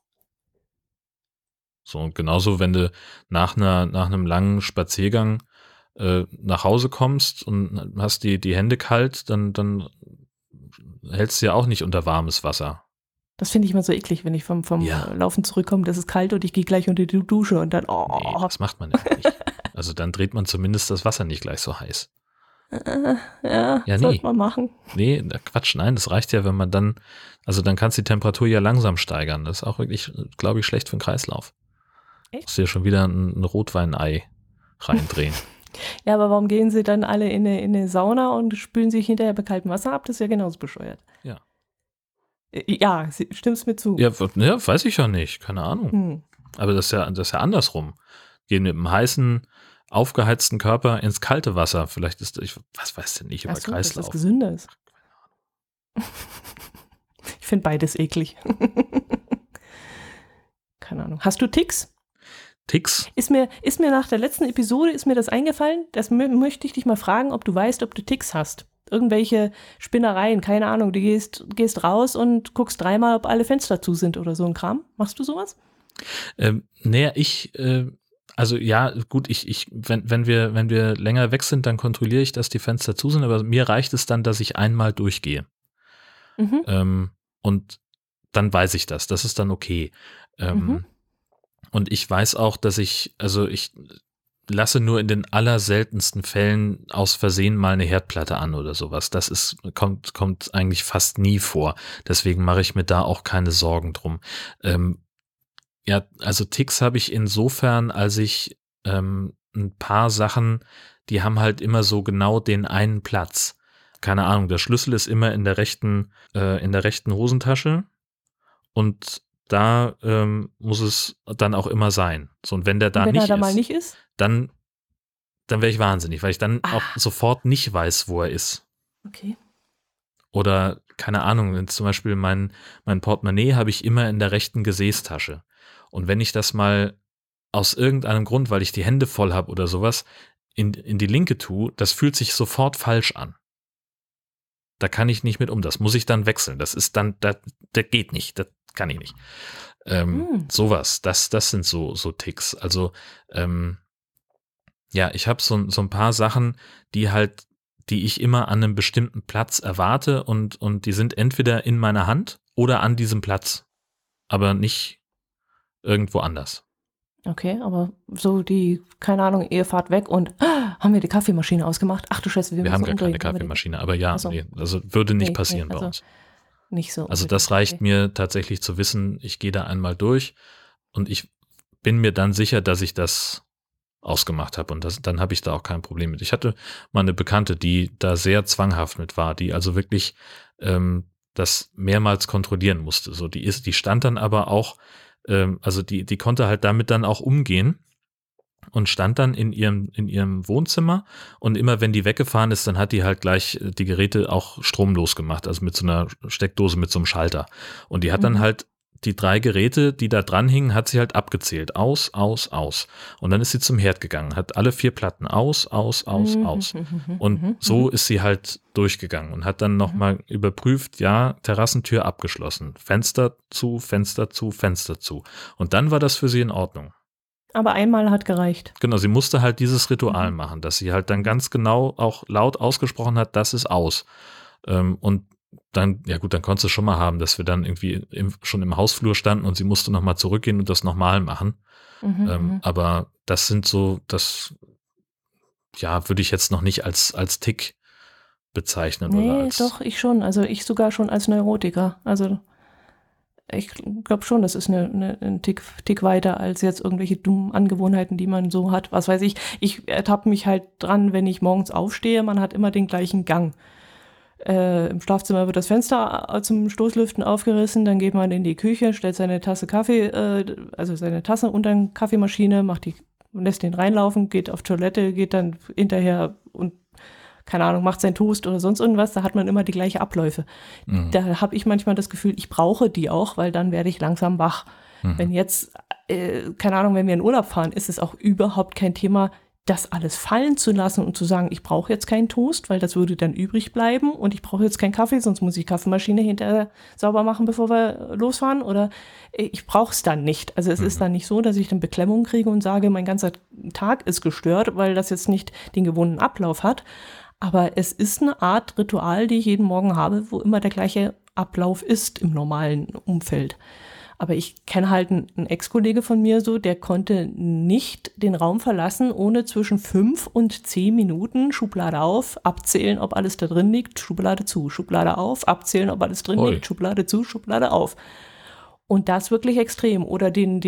So, und genauso, wenn du nach einem langen Spaziergang nach Hause kommst und hast die Hände kalt, dann hältst du ja auch nicht unter warmes Wasser. Das finde ich immer so eklig, wenn ich vom Ja, Laufen zurückkomme, das ist kalt und ich gehe gleich unter die Dusche und dann, nee, oh, das macht man ja nicht. Also dann dreht man zumindest das Wasser nicht gleich so heiß. ja, Ja, sollte nee. man machen. Nee, Quatsch, nein, das reicht ja, wenn man dann, also dann kannst du die Temperatur ja langsam steigern. Das ist auch wirklich, glaube ich, schlecht für den Kreislauf. Echt? Musst du ja schon wieder ein Rotweinei reindrehen. Ja, aber warum gehen sie dann alle in eine Sauna und spülen sich hinterher bei kaltem Wasser ab? Das ist ja genauso bescheuert. Ja. Ja, stimmt's mir zu. Ja, ja, weiß ich ja nicht, keine Ahnung. Hm. Aber das ist ja andersrum. Gehen mit einem heißen, aufgeheizten Körper ins kalte Wasser. Vielleicht was weiß denn ich über Ach so, dass das Kreislauf? gesünder ist. Ich finde beides eklig. Keine Ahnung. Hast du Ticks? Ticks? Ist mir nach der letzten Episode ist mir das eingefallen. Das möchte ich dich mal fragen, ob du weißt, ob du Ticks hast. Irgendwelche Spinnereien, keine Ahnung. Du gehst raus und guckst dreimal, ob alle Fenster zu sind oder so ein Kram. Machst du sowas? Naja, also ja, gut, wenn wir länger weg sind, dann kontrolliere ich, dass die Fenster zu sind, aber mir reicht es dann, dass ich einmal durchgehe. Mhm. Und dann weiß ich das. Das ist dann okay. Mhm. Und ich weiß auch, ich lasse nur in den allerseltensten Fällen aus Versehen mal eine Herdplatte an oder sowas. Kommt eigentlich fast nie vor. Deswegen mache ich mir da auch keine Sorgen drum. Ja, also Ticks habe ich insofern, als ich ein paar Sachen, die haben halt immer so genau den einen Platz. Keine Ahnung, der Schlüssel ist immer in der rechten Hosentasche und da muss es dann auch immer sein. So, und wenn der Und da wenn er nicht da mal ist, nicht ist? dann wäre ich wahnsinnig, weil ich dann auch Ah, sofort nicht weiß, wo er ist. okay. Oder, keine Ahnung, wenn zum Beispiel mein Portemonnaie habe ich immer in der rechten Gesäßtasche. Und wenn ich das mal aus irgendeinem Grund, weil ich die Hände voll habe oder sowas, in die linke tue, das fühlt sich sofort falsch an. Da kann ich nicht mit um. Das muss ich dann wechseln. Das ist dann, das geht nicht. Das kann ich nicht. Hm. Sowas, das sind so Ticks. Also, ja, ich habe so ein paar Sachen, die ich immer an einem bestimmten Platz erwarte und die sind entweder in meiner Hand oder an diesem Platz, aber nicht irgendwo anders. Okay, aber so keine Ahnung, ihr fahrt weg und haben wir die Kaffeemaschine ausgemacht? Ach du Scheiße, wir Wir müssen haben gar keine umdrehen. Kaffeemaschine, aber ja, Achso, nee, also würde nicht nee, passieren bei also uns. nicht so Also das unbedingt. reicht Okay. mir tatsächlich zu wissen, ich gehe da einmal durch und ich bin mir dann sicher, dass ich das ausgemacht habe und dann habe ich da auch kein Problem mit. Ich hatte mal eine Bekannte, die da sehr zwanghaft mit war, die also wirklich das mehrmals kontrollieren musste. So, die stand dann aber auch, also die konnte halt damit dann auch umgehen und stand dann in ihrem Wohnzimmer und immer wenn die weggefahren ist, dann hat die halt gleich die Geräte auch stromlos gemacht, also mit so einer Steckdose mit so einem Schalter. Und die hat dann Mhm. halt die 3 Geräte, die da dran hingen, hat sie halt abgezählt. Aus, aus, aus. Und dann ist sie zum Herd gegangen, hat alle 4 Platten aus, aus, aus, aus. Und so ist sie halt durchgegangen und hat dann nochmal überprüft, ja, Terrassentür abgeschlossen, Fenster zu, Fenster zu, Fenster zu. Und dann war das für sie in Ordnung. Aber einmal hat gereicht. Genau, sie musste halt dieses Ritual Mhm. machen, dass sie halt dann ganz genau auch laut ausgesprochen hat, das ist aus. Und dann, ja gut, dann konntest du schon mal haben, dass wir dann irgendwie schon im Hausflur standen und sie musste nochmal zurückgehen und das nochmal machen. Aber das sind so, ja, würde ich jetzt noch nicht als Tick bezeichnen oder Nee, als, doch, ich schon. Also ich sogar schon als Neurotiker. Also Ich glaube schon, das ist ein Tick weiter als jetzt irgendwelche dummen Angewohnheiten, die man so hat. Was weiß ich. Ich ertappe mich halt dran, wenn ich morgens aufstehe, man hat immer den gleichen Gang. Im Schlafzimmer wird das Fenster zum Stoßlüften aufgerissen, dann geht man in die Küche, stellt seine Tasse Kaffee, also seine Tasse unter die Kaffeemaschine, lässt den reinlaufen, geht auf Toilette, geht dann hinterher und keine Ahnung, macht seinen Toast oder sonst irgendwas, da hat man immer die gleichen Abläufe. Mhm. Da habe ich manchmal das Gefühl, ich brauche die auch, weil dann werde ich langsam wach. Wenn jetzt, keine Ahnung, wenn wir in Urlaub fahren, ist es auch überhaupt kein Thema, das alles fallen zu lassen und zu sagen, ich brauche jetzt keinen Toast, weil das würde dann übrig bleiben und ich brauche jetzt keinen Kaffee, sonst muss ich Kaffeemaschine hinterher sauber machen, bevor wir losfahren oder ich brauche es dann nicht. Also es ist dann nicht so, dass ich dann Beklemmung kriege und sage, mein ganzer Tag ist gestört, weil das jetzt nicht den gewohnten Ablauf hat. Aber es ist eine Art Ritual, die ich jeden Morgen habe, wo immer der gleiche Ablauf ist im normalen Umfeld. Aber ich kenne halt einen Ex-Kollege von mir so, der konnte nicht den Raum verlassen, ohne zwischen 5 und 10 Minuten Schublade auf, abzählen, ob alles da drin liegt, Schublade zu, Schublade auf, abzählen, ob alles drin liegt, Schublade zu, Schublade auf. Und das wirklich extrem. Oder den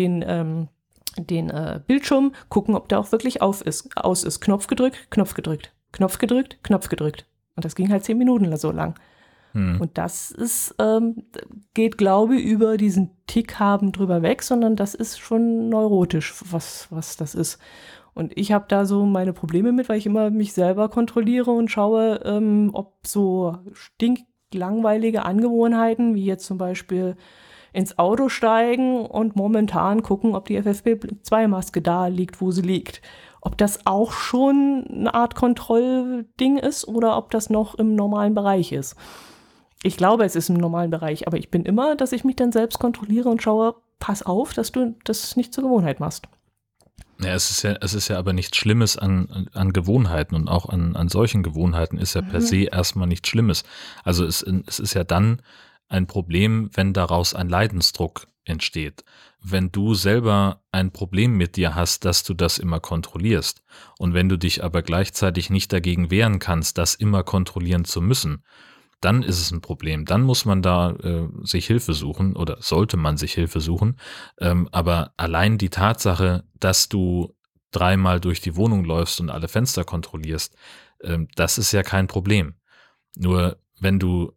Bildschirm gucken, ob der auch wirklich aus ist. Knopf gedrückt, Knopf gedrückt. Knopf gedrückt, Knopf gedrückt. Und das ging halt 10 Minuten so lang. Und das ist, geht, glaube ich, über diesen Tick haben drüber weg, sondern das ist schon neurotisch, was das ist. Und ich habe da so meine Probleme mit, weil ich immer mich selber kontrolliere und schaue, ob so stinklangweilige Angewohnheiten, wie jetzt zum Beispiel ins Auto steigen und momentan gucken, ob die FFP2-Maske da liegt, wo sie liegt. Ob das auch schon eine Art Kontrollding ist oder ob das noch im normalen Bereich ist. Ich glaube, es ist im normalen Bereich, aber ich bin immer, dass ich mich dann selbst kontrolliere und schaue, pass auf, dass du das nicht zur Gewohnheit machst. Ja, es ist ja aber nichts Schlimmes an Gewohnheiten und auch an solchen Gewohnheiten ist ja per se erstmal nichts Schlimmes. Also es ist ja dann ein Problem, wenn daraus ein Leidensdruck entsteht. Wenn du selber ein Problem mit dir hast, dass du das immer kontrollierst und wenn du dich aber gleichzeitig nicht dagegen wehren kannst, das immer kontrollieren zu müssen, dann ist es ein Problem. Dann muss man da sich Hilfe suchen oder sollte man sich Hilfe suchen. Aber allein die Tatsache, dass du 3-mal durch die Wohnung läufst und alle Fenster kontrollierst, das ist ja kein Problem. Nur wenn du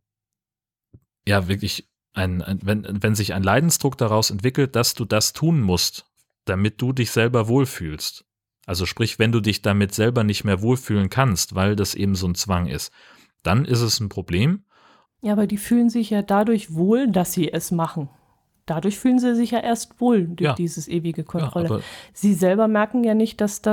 ja wirklich wenn sich ein Leidensdruck daraus entwickelt, dass du das tun musst, damit du dich selber wohlfühlst. Also sprich, wenn du dich damit selber nicht mehr wohlfühlen kannst, weil das eben so ein Zwang ist, dann ist es ein Problem. Ja, aber die fühlen sich ja dadurch wohl, dass sie es machen. Dadurch fühlen sie sich ja erst wohl durch dieses ewige Kontrolle. Ja, sie selber merken ja nicht, dass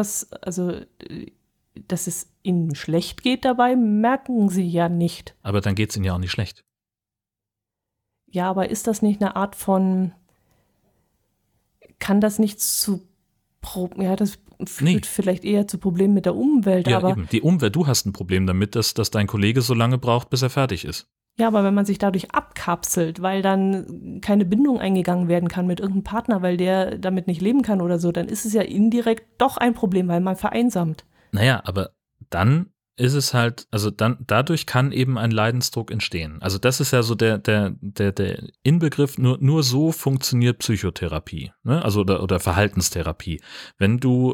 es ihnen schlecht geht dabei, merken sie ja nicht. Aber dann geht es ihnen ja auch nicht schlecht. Ja, aber ist das nicht eine Art von, kann das nicht das führt vielleicht eher zu Problemen mit der Umwelt. Ja, aber eben. Die Umwelt, du hast ein Problem damit, dass dein Kollege so lange braucht, bis er fertig ist. Ja, aber wenn man sich dadurch abkapselt, weil dann keine Bindung eingegangen werden kann mit irgendeinem Partner, weil der damit nicht leben kann oder so, dann ist es ja indirekt doch ein Problem, weil man vereinsamt. Naja, aber dann ist es halt, also dann dadurch kann eben ein Leidensdruck entstehen. Also das ist ja so der Inbegriff, nur so funktioniert Psychotherapie, ne? Also oder Verhaltenstherapie. Wenn du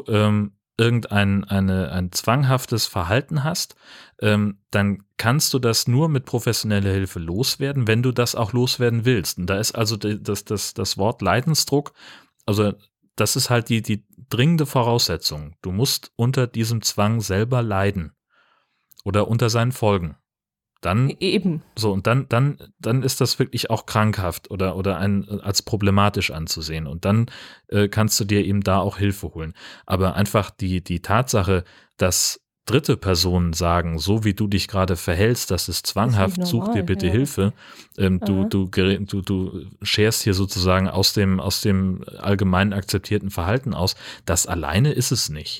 ein zwanghaftes Verhalten hast, dann kannst du das nur mit professioneller Hilfe loswerden, wenn du das auch loswerden willst. Und da ist also das Wort Leidensdruck, also das ist halt die dringende Voraussetzung. Du musst unter diesem Zwang selber leiden oder unter seinen Folgen. Dann eben. So, und dann ist das wirklich auch krankhaft oder als problematisch anzusehen. Und dann kannst du dir eben da auch Hilfe holen. Aber einfach die Tatsache, dass dritte Personen sagen, so wie du dich gerade verhältst, das ist zwanghaft, such dir bitte Hilfe. Du scherst hier sozusagen aus dem allgemein akzeptierten Verhalten aus. Das alleine ist es nicht.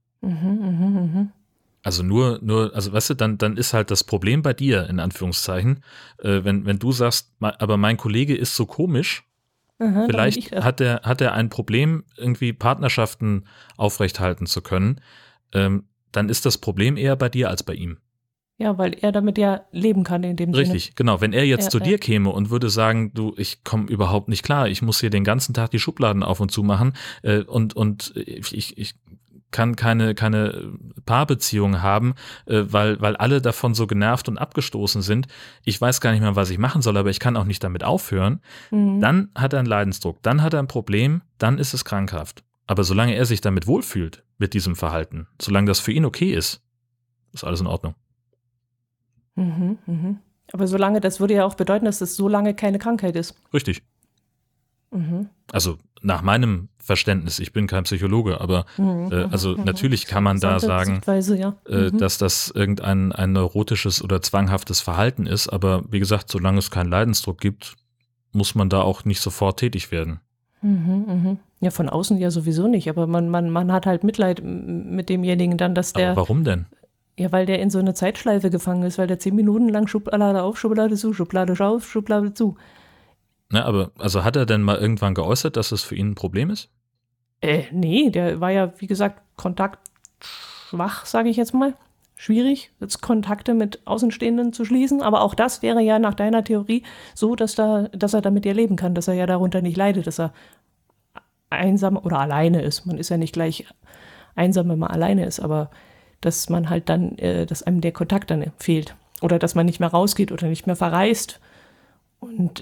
Also also weißt du, dann ist halt das Problem bei dir, in Anführungszeichen, wenn du sagst, aber mein Kollege ist so komisch, vielleicht hat er ein Problem, irgendwie Partnerschaften aufrechthalten zu können, dann ist das Problem eher bei dir als bei ihm. Ja, weil er damit ja leben kann in dem Sinne. Richtig, genau. Wenn er jetzt zu Ja. dir käme und würde sagen, du, ich komme überhaupt nicht klar, ich muss hier den ganzen Tag die Schubladen auf und zu machen und ich kann keine Paarbeziehung haben, weil alle davon so genervt und abgestoßen sind. Ich weiß gar nicht mehr, was ich machen soll, aber ich kann auch nicht damit aufhören. Dann hat er einen Leidensdruck, dann hat er ein Problem, dann ist es krankhaft. Aber solange er sich damit wohlfühlt, mit diesem Verhalten, solange das für ihn okay ist alles in Ordnung. Aber solange, das würde ja auch bedeuten, dass es so lange keine Krankheit ist. Richtig. Also nach meinem Verständnis, ich bin kein Psychologe, aber also natürlich kann man da sagen, dass das irgendein ein neurotisches oder zwanghaftes Verhalten ist, aber wie gesagt, solange es keinen Leidensdruck gibt, muss man da auch nicht sofort tätig werden. Ja, von außen ja sowieso nicht, aber man hat halt Mitleid mit demjenigen dann, dass der... Aber warum denn? Ja, weil der in so eine Zeitschleife gefangen ist, weil der 10 Minuten lang Schublade auf, Schublade zu, Schublade auf, Schublade zu. Na, aber also hat er denn mal irgendwann geäußert, dass es für ihn ein Problem ist? Nee, der war ja, wie gesagt, kontaktschwach, sage ich jetzt mal. Schwierig, jetzt Kontakte mit Außenstehenden zu schließen, aber auch das wäre ja nach deiner Theorie so, dass er damit ja leben kann, dass er ja darunter nicht leidet, dass er einsam oder alleine ist. Man ist ja nicht gleich einsam, wenn man alleine ist, aber dass man halt dann, dass einem der Kontakt dann fehlt oder dass man nicht mehr rausgeht oder nicht mehr verreist und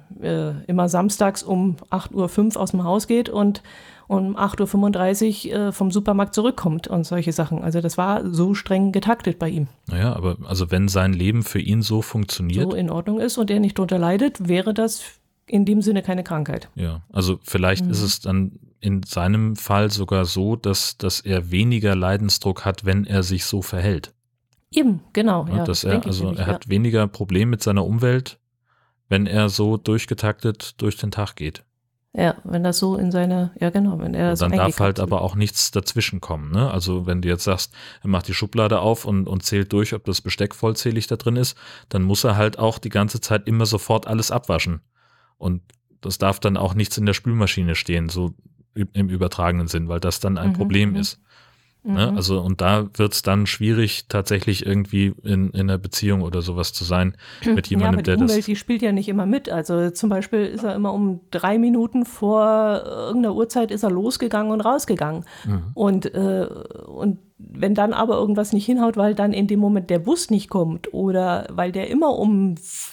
immer samstags um 8:05 Uhr aus dem Haus geht und um 8:35 Uhr vom Supermarkt zurückkommt und solche Sachen. Also das war so streng getaktet bei ihm. Naja, aber also wenn sein Leben für ihn so funktioniert. So in Ordnung ist und er nicht drunter leidet, wäre das in dem Sinne keine Krankheit. Ja, also vielleicht ist es dann in seinem Fall sogar so, dass er weniger Leidensdruck hat, wenn er sich so verhält. Eben, genau. Ja, dass er hat weniger Probleme mit seiner Umwelt, wenn er so durchgetaktet durch den Tag geht. Ja, wenn das so in seine, ja genau, wenn er so dann darf halt aber auch nichts dazwischen kommen, ne? Also wenn du jetzt sagst, er macht die Schublade auf und zählt durch, ob das Besteck vollzählig da drin ist, dann muss er halt auch die ganze Zeit immer sofort alles abwaschen. Und das darf dann auch nichts in der Spülmaschine stehen, so im übertragenen Sinn, weil das dann ein Problem ist. Ne? Also und da wird es dann schwierig, tatsächlich irgendwie in einer Beziehung oder sowas zu sein mit jemandem, aber die Umwelt, die spielt ja nicht immer mit. Also zum Beispiel ist er immer um 3 Minuten vor irgendeiner Uhrzeit ist er losgegangen und rausgegangen. Und wenn dann aber irgendwas nicht hinhaut, weil dann in dem Moment der Bus nicht kommt oder weil der immer um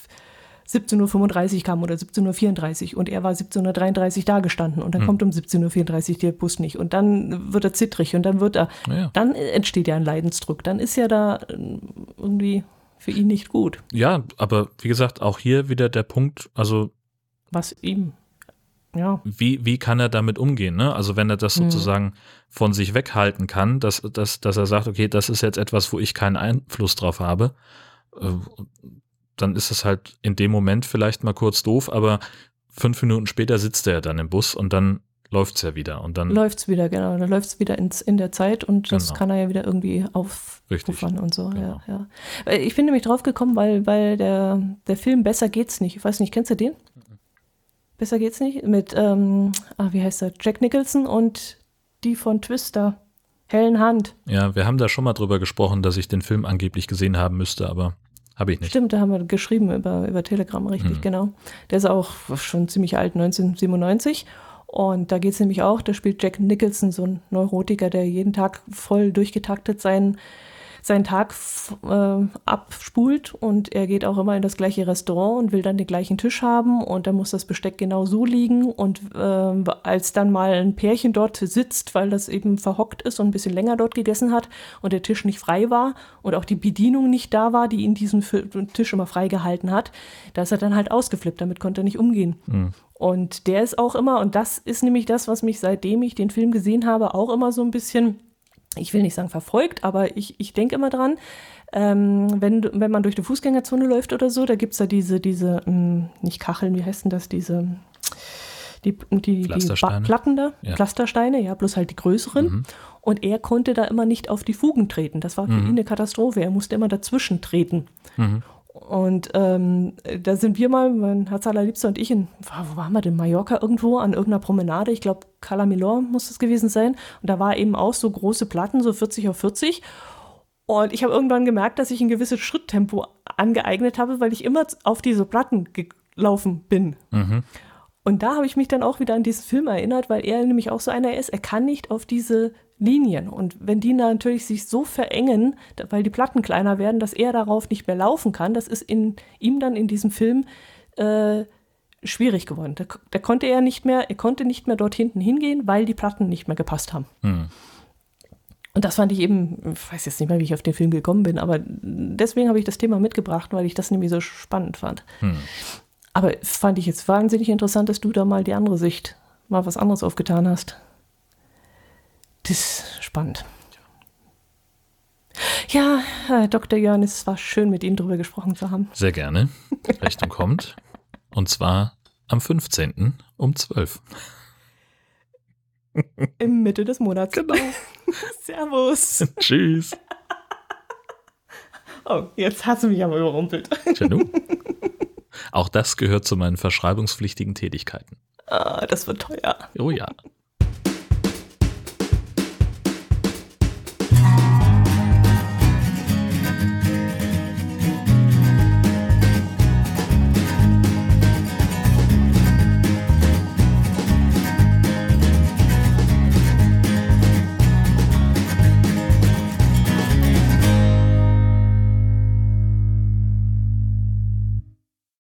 17:35 Uhr kam oder 17:34 Uhr und er war 17:33 Uhr da gestanden und dann kommt um 17:34 Uhr der Bus nicht und dann wird er zittrig und dann dann entsteht ja ein Leidensdruck, dann ist ja da irgendwie für ihn nicht gut. Ja, aber wie gesagt, auch hier wieder der Punkt, also was ihm, ja. Wie kann er damit umgehen, ne? Also wenn er das sozusagen von sich weghalten kann, dass er sagt, okay, das ist jetzt etwas, wo ich keinen Einfluss drauf habe, dann ist es halt in dem Moment vielleicht mal kurz doof, aber 5 Minuten später sitzt er ja dann im Bus und dann läuft es ja wieder. Und dann läuft es wieder, genau. Dann läuft es wieder in der Zeit und das kann er ja wieder irgendwie aufrufen und so. Genau. Ja. Ich bin nämlich drauf gekommen, weil der Film Besser geht's nicht. Ich weiß nicht, kennst du den? Besser geht's nicht? Mit, wie heißt er? Jack Nicholson und die von Twister. Helen Hunt. Ja, wir haben da schon mal drüber gesprochen, dass ich den Film angeblich gesehen haben müsste, aber habe ich nicht. Stimmt, da haben wir geschrieben über Telegram, richtig, genau. Der ist auch schon ziemlich alt, 1997. Und da geht es nämlich auch, da spielt Jack Nicholson, so ein Neurotiker, der jeden Tag voll durchgetaktet seinen Tag abspult und er geht auch immer in das gleiche Restaurant und will dann den gleichen Tisch haben und dann muss das Besteck genau so liegen und als dann mal ein Pärchen dort sitzt, weil das eben verhockt ist und ein bisschen länger dort gegessen hat und der Tisch nicht frei war und auch die Bedienung nicht da war, die ihn diesen Tisch immer frei gehalten hat, da ist er dann halt ausgeflippt, damit konnte er nicht umgehen. Und der ist auch immer, und das ist nämlich das, was mich, seitdem ich den Film gesehen habe, auch immer so ein bisschen, ich will nicht sagen verfolgt, aber ich denke immer dran, wenn man durch die Fußgängerzone läuft oder so, da gibt es da diese, nicht Kacheln, wie heißt denn das, die Platten da, ja. Pflastersteine, ja, bloß halt die größeren. Und er konnte da immer nicht auf die Fugen treten. Das war für ihn eine Katastrophe. Er musste immer dazwischen treten. Und da sind wir mal, mein Herz allerliebster und ich, wo waren wir denn? Mallorca irgendwo an irgendeiner Promenade, ich glaube Cala Milor muss das gewesen sein. Und da war eben auch so große Platten, so 40 auf 40. Und ich habe irgendwann gemerkt, dass ich ein gewisses Schritttempo angeeignet habe, weil ich immer auf diese Platten gelaufen bin. Mhm. Und da habe ich mich dann auch wieder an diesen Film erinnert, weil er nämlich auch so einer ist, er kann nicht auf diese Linien. Und wenn die natürlich sich so verengen, weil die Platten kleiner werden, dass er darauf nicht mehr laufen kann, das ist in ihm dann in diesem Film schwierig geworden. Da konnte er nicht mehr dort hinten hingehen, weil die Platten nicht mehr gepasst haben. Mhm. Und das fand ich eben, ich weiß jetzt nicht mehr, wie ich auf den Film gekommen bin, aber deswegen habe ich das Thema mitgebracht, weil ich das nämlich so spannend fand. Aber fand ich jetzt wahnsinnig interessant, dass du da mal die andere Sicht, mal was anderes aufgetan hast. Das ist spannend. Ja, Herr Dr. Jörn, es war schön, mit Ihnen darüber gesprochen zu haben. Sehr gerne. Rechnung kommt. Und zwar am 15. um 12. Im Mitte des Monats. Genau. Servus. Tschüss. Oh, jetzt hast du mich aber überrumpelt. Tja, nu. Auch das gehört zu meinen verschreibungspflichtigen Tätigkeiten. Das wird teuer. Oh ja.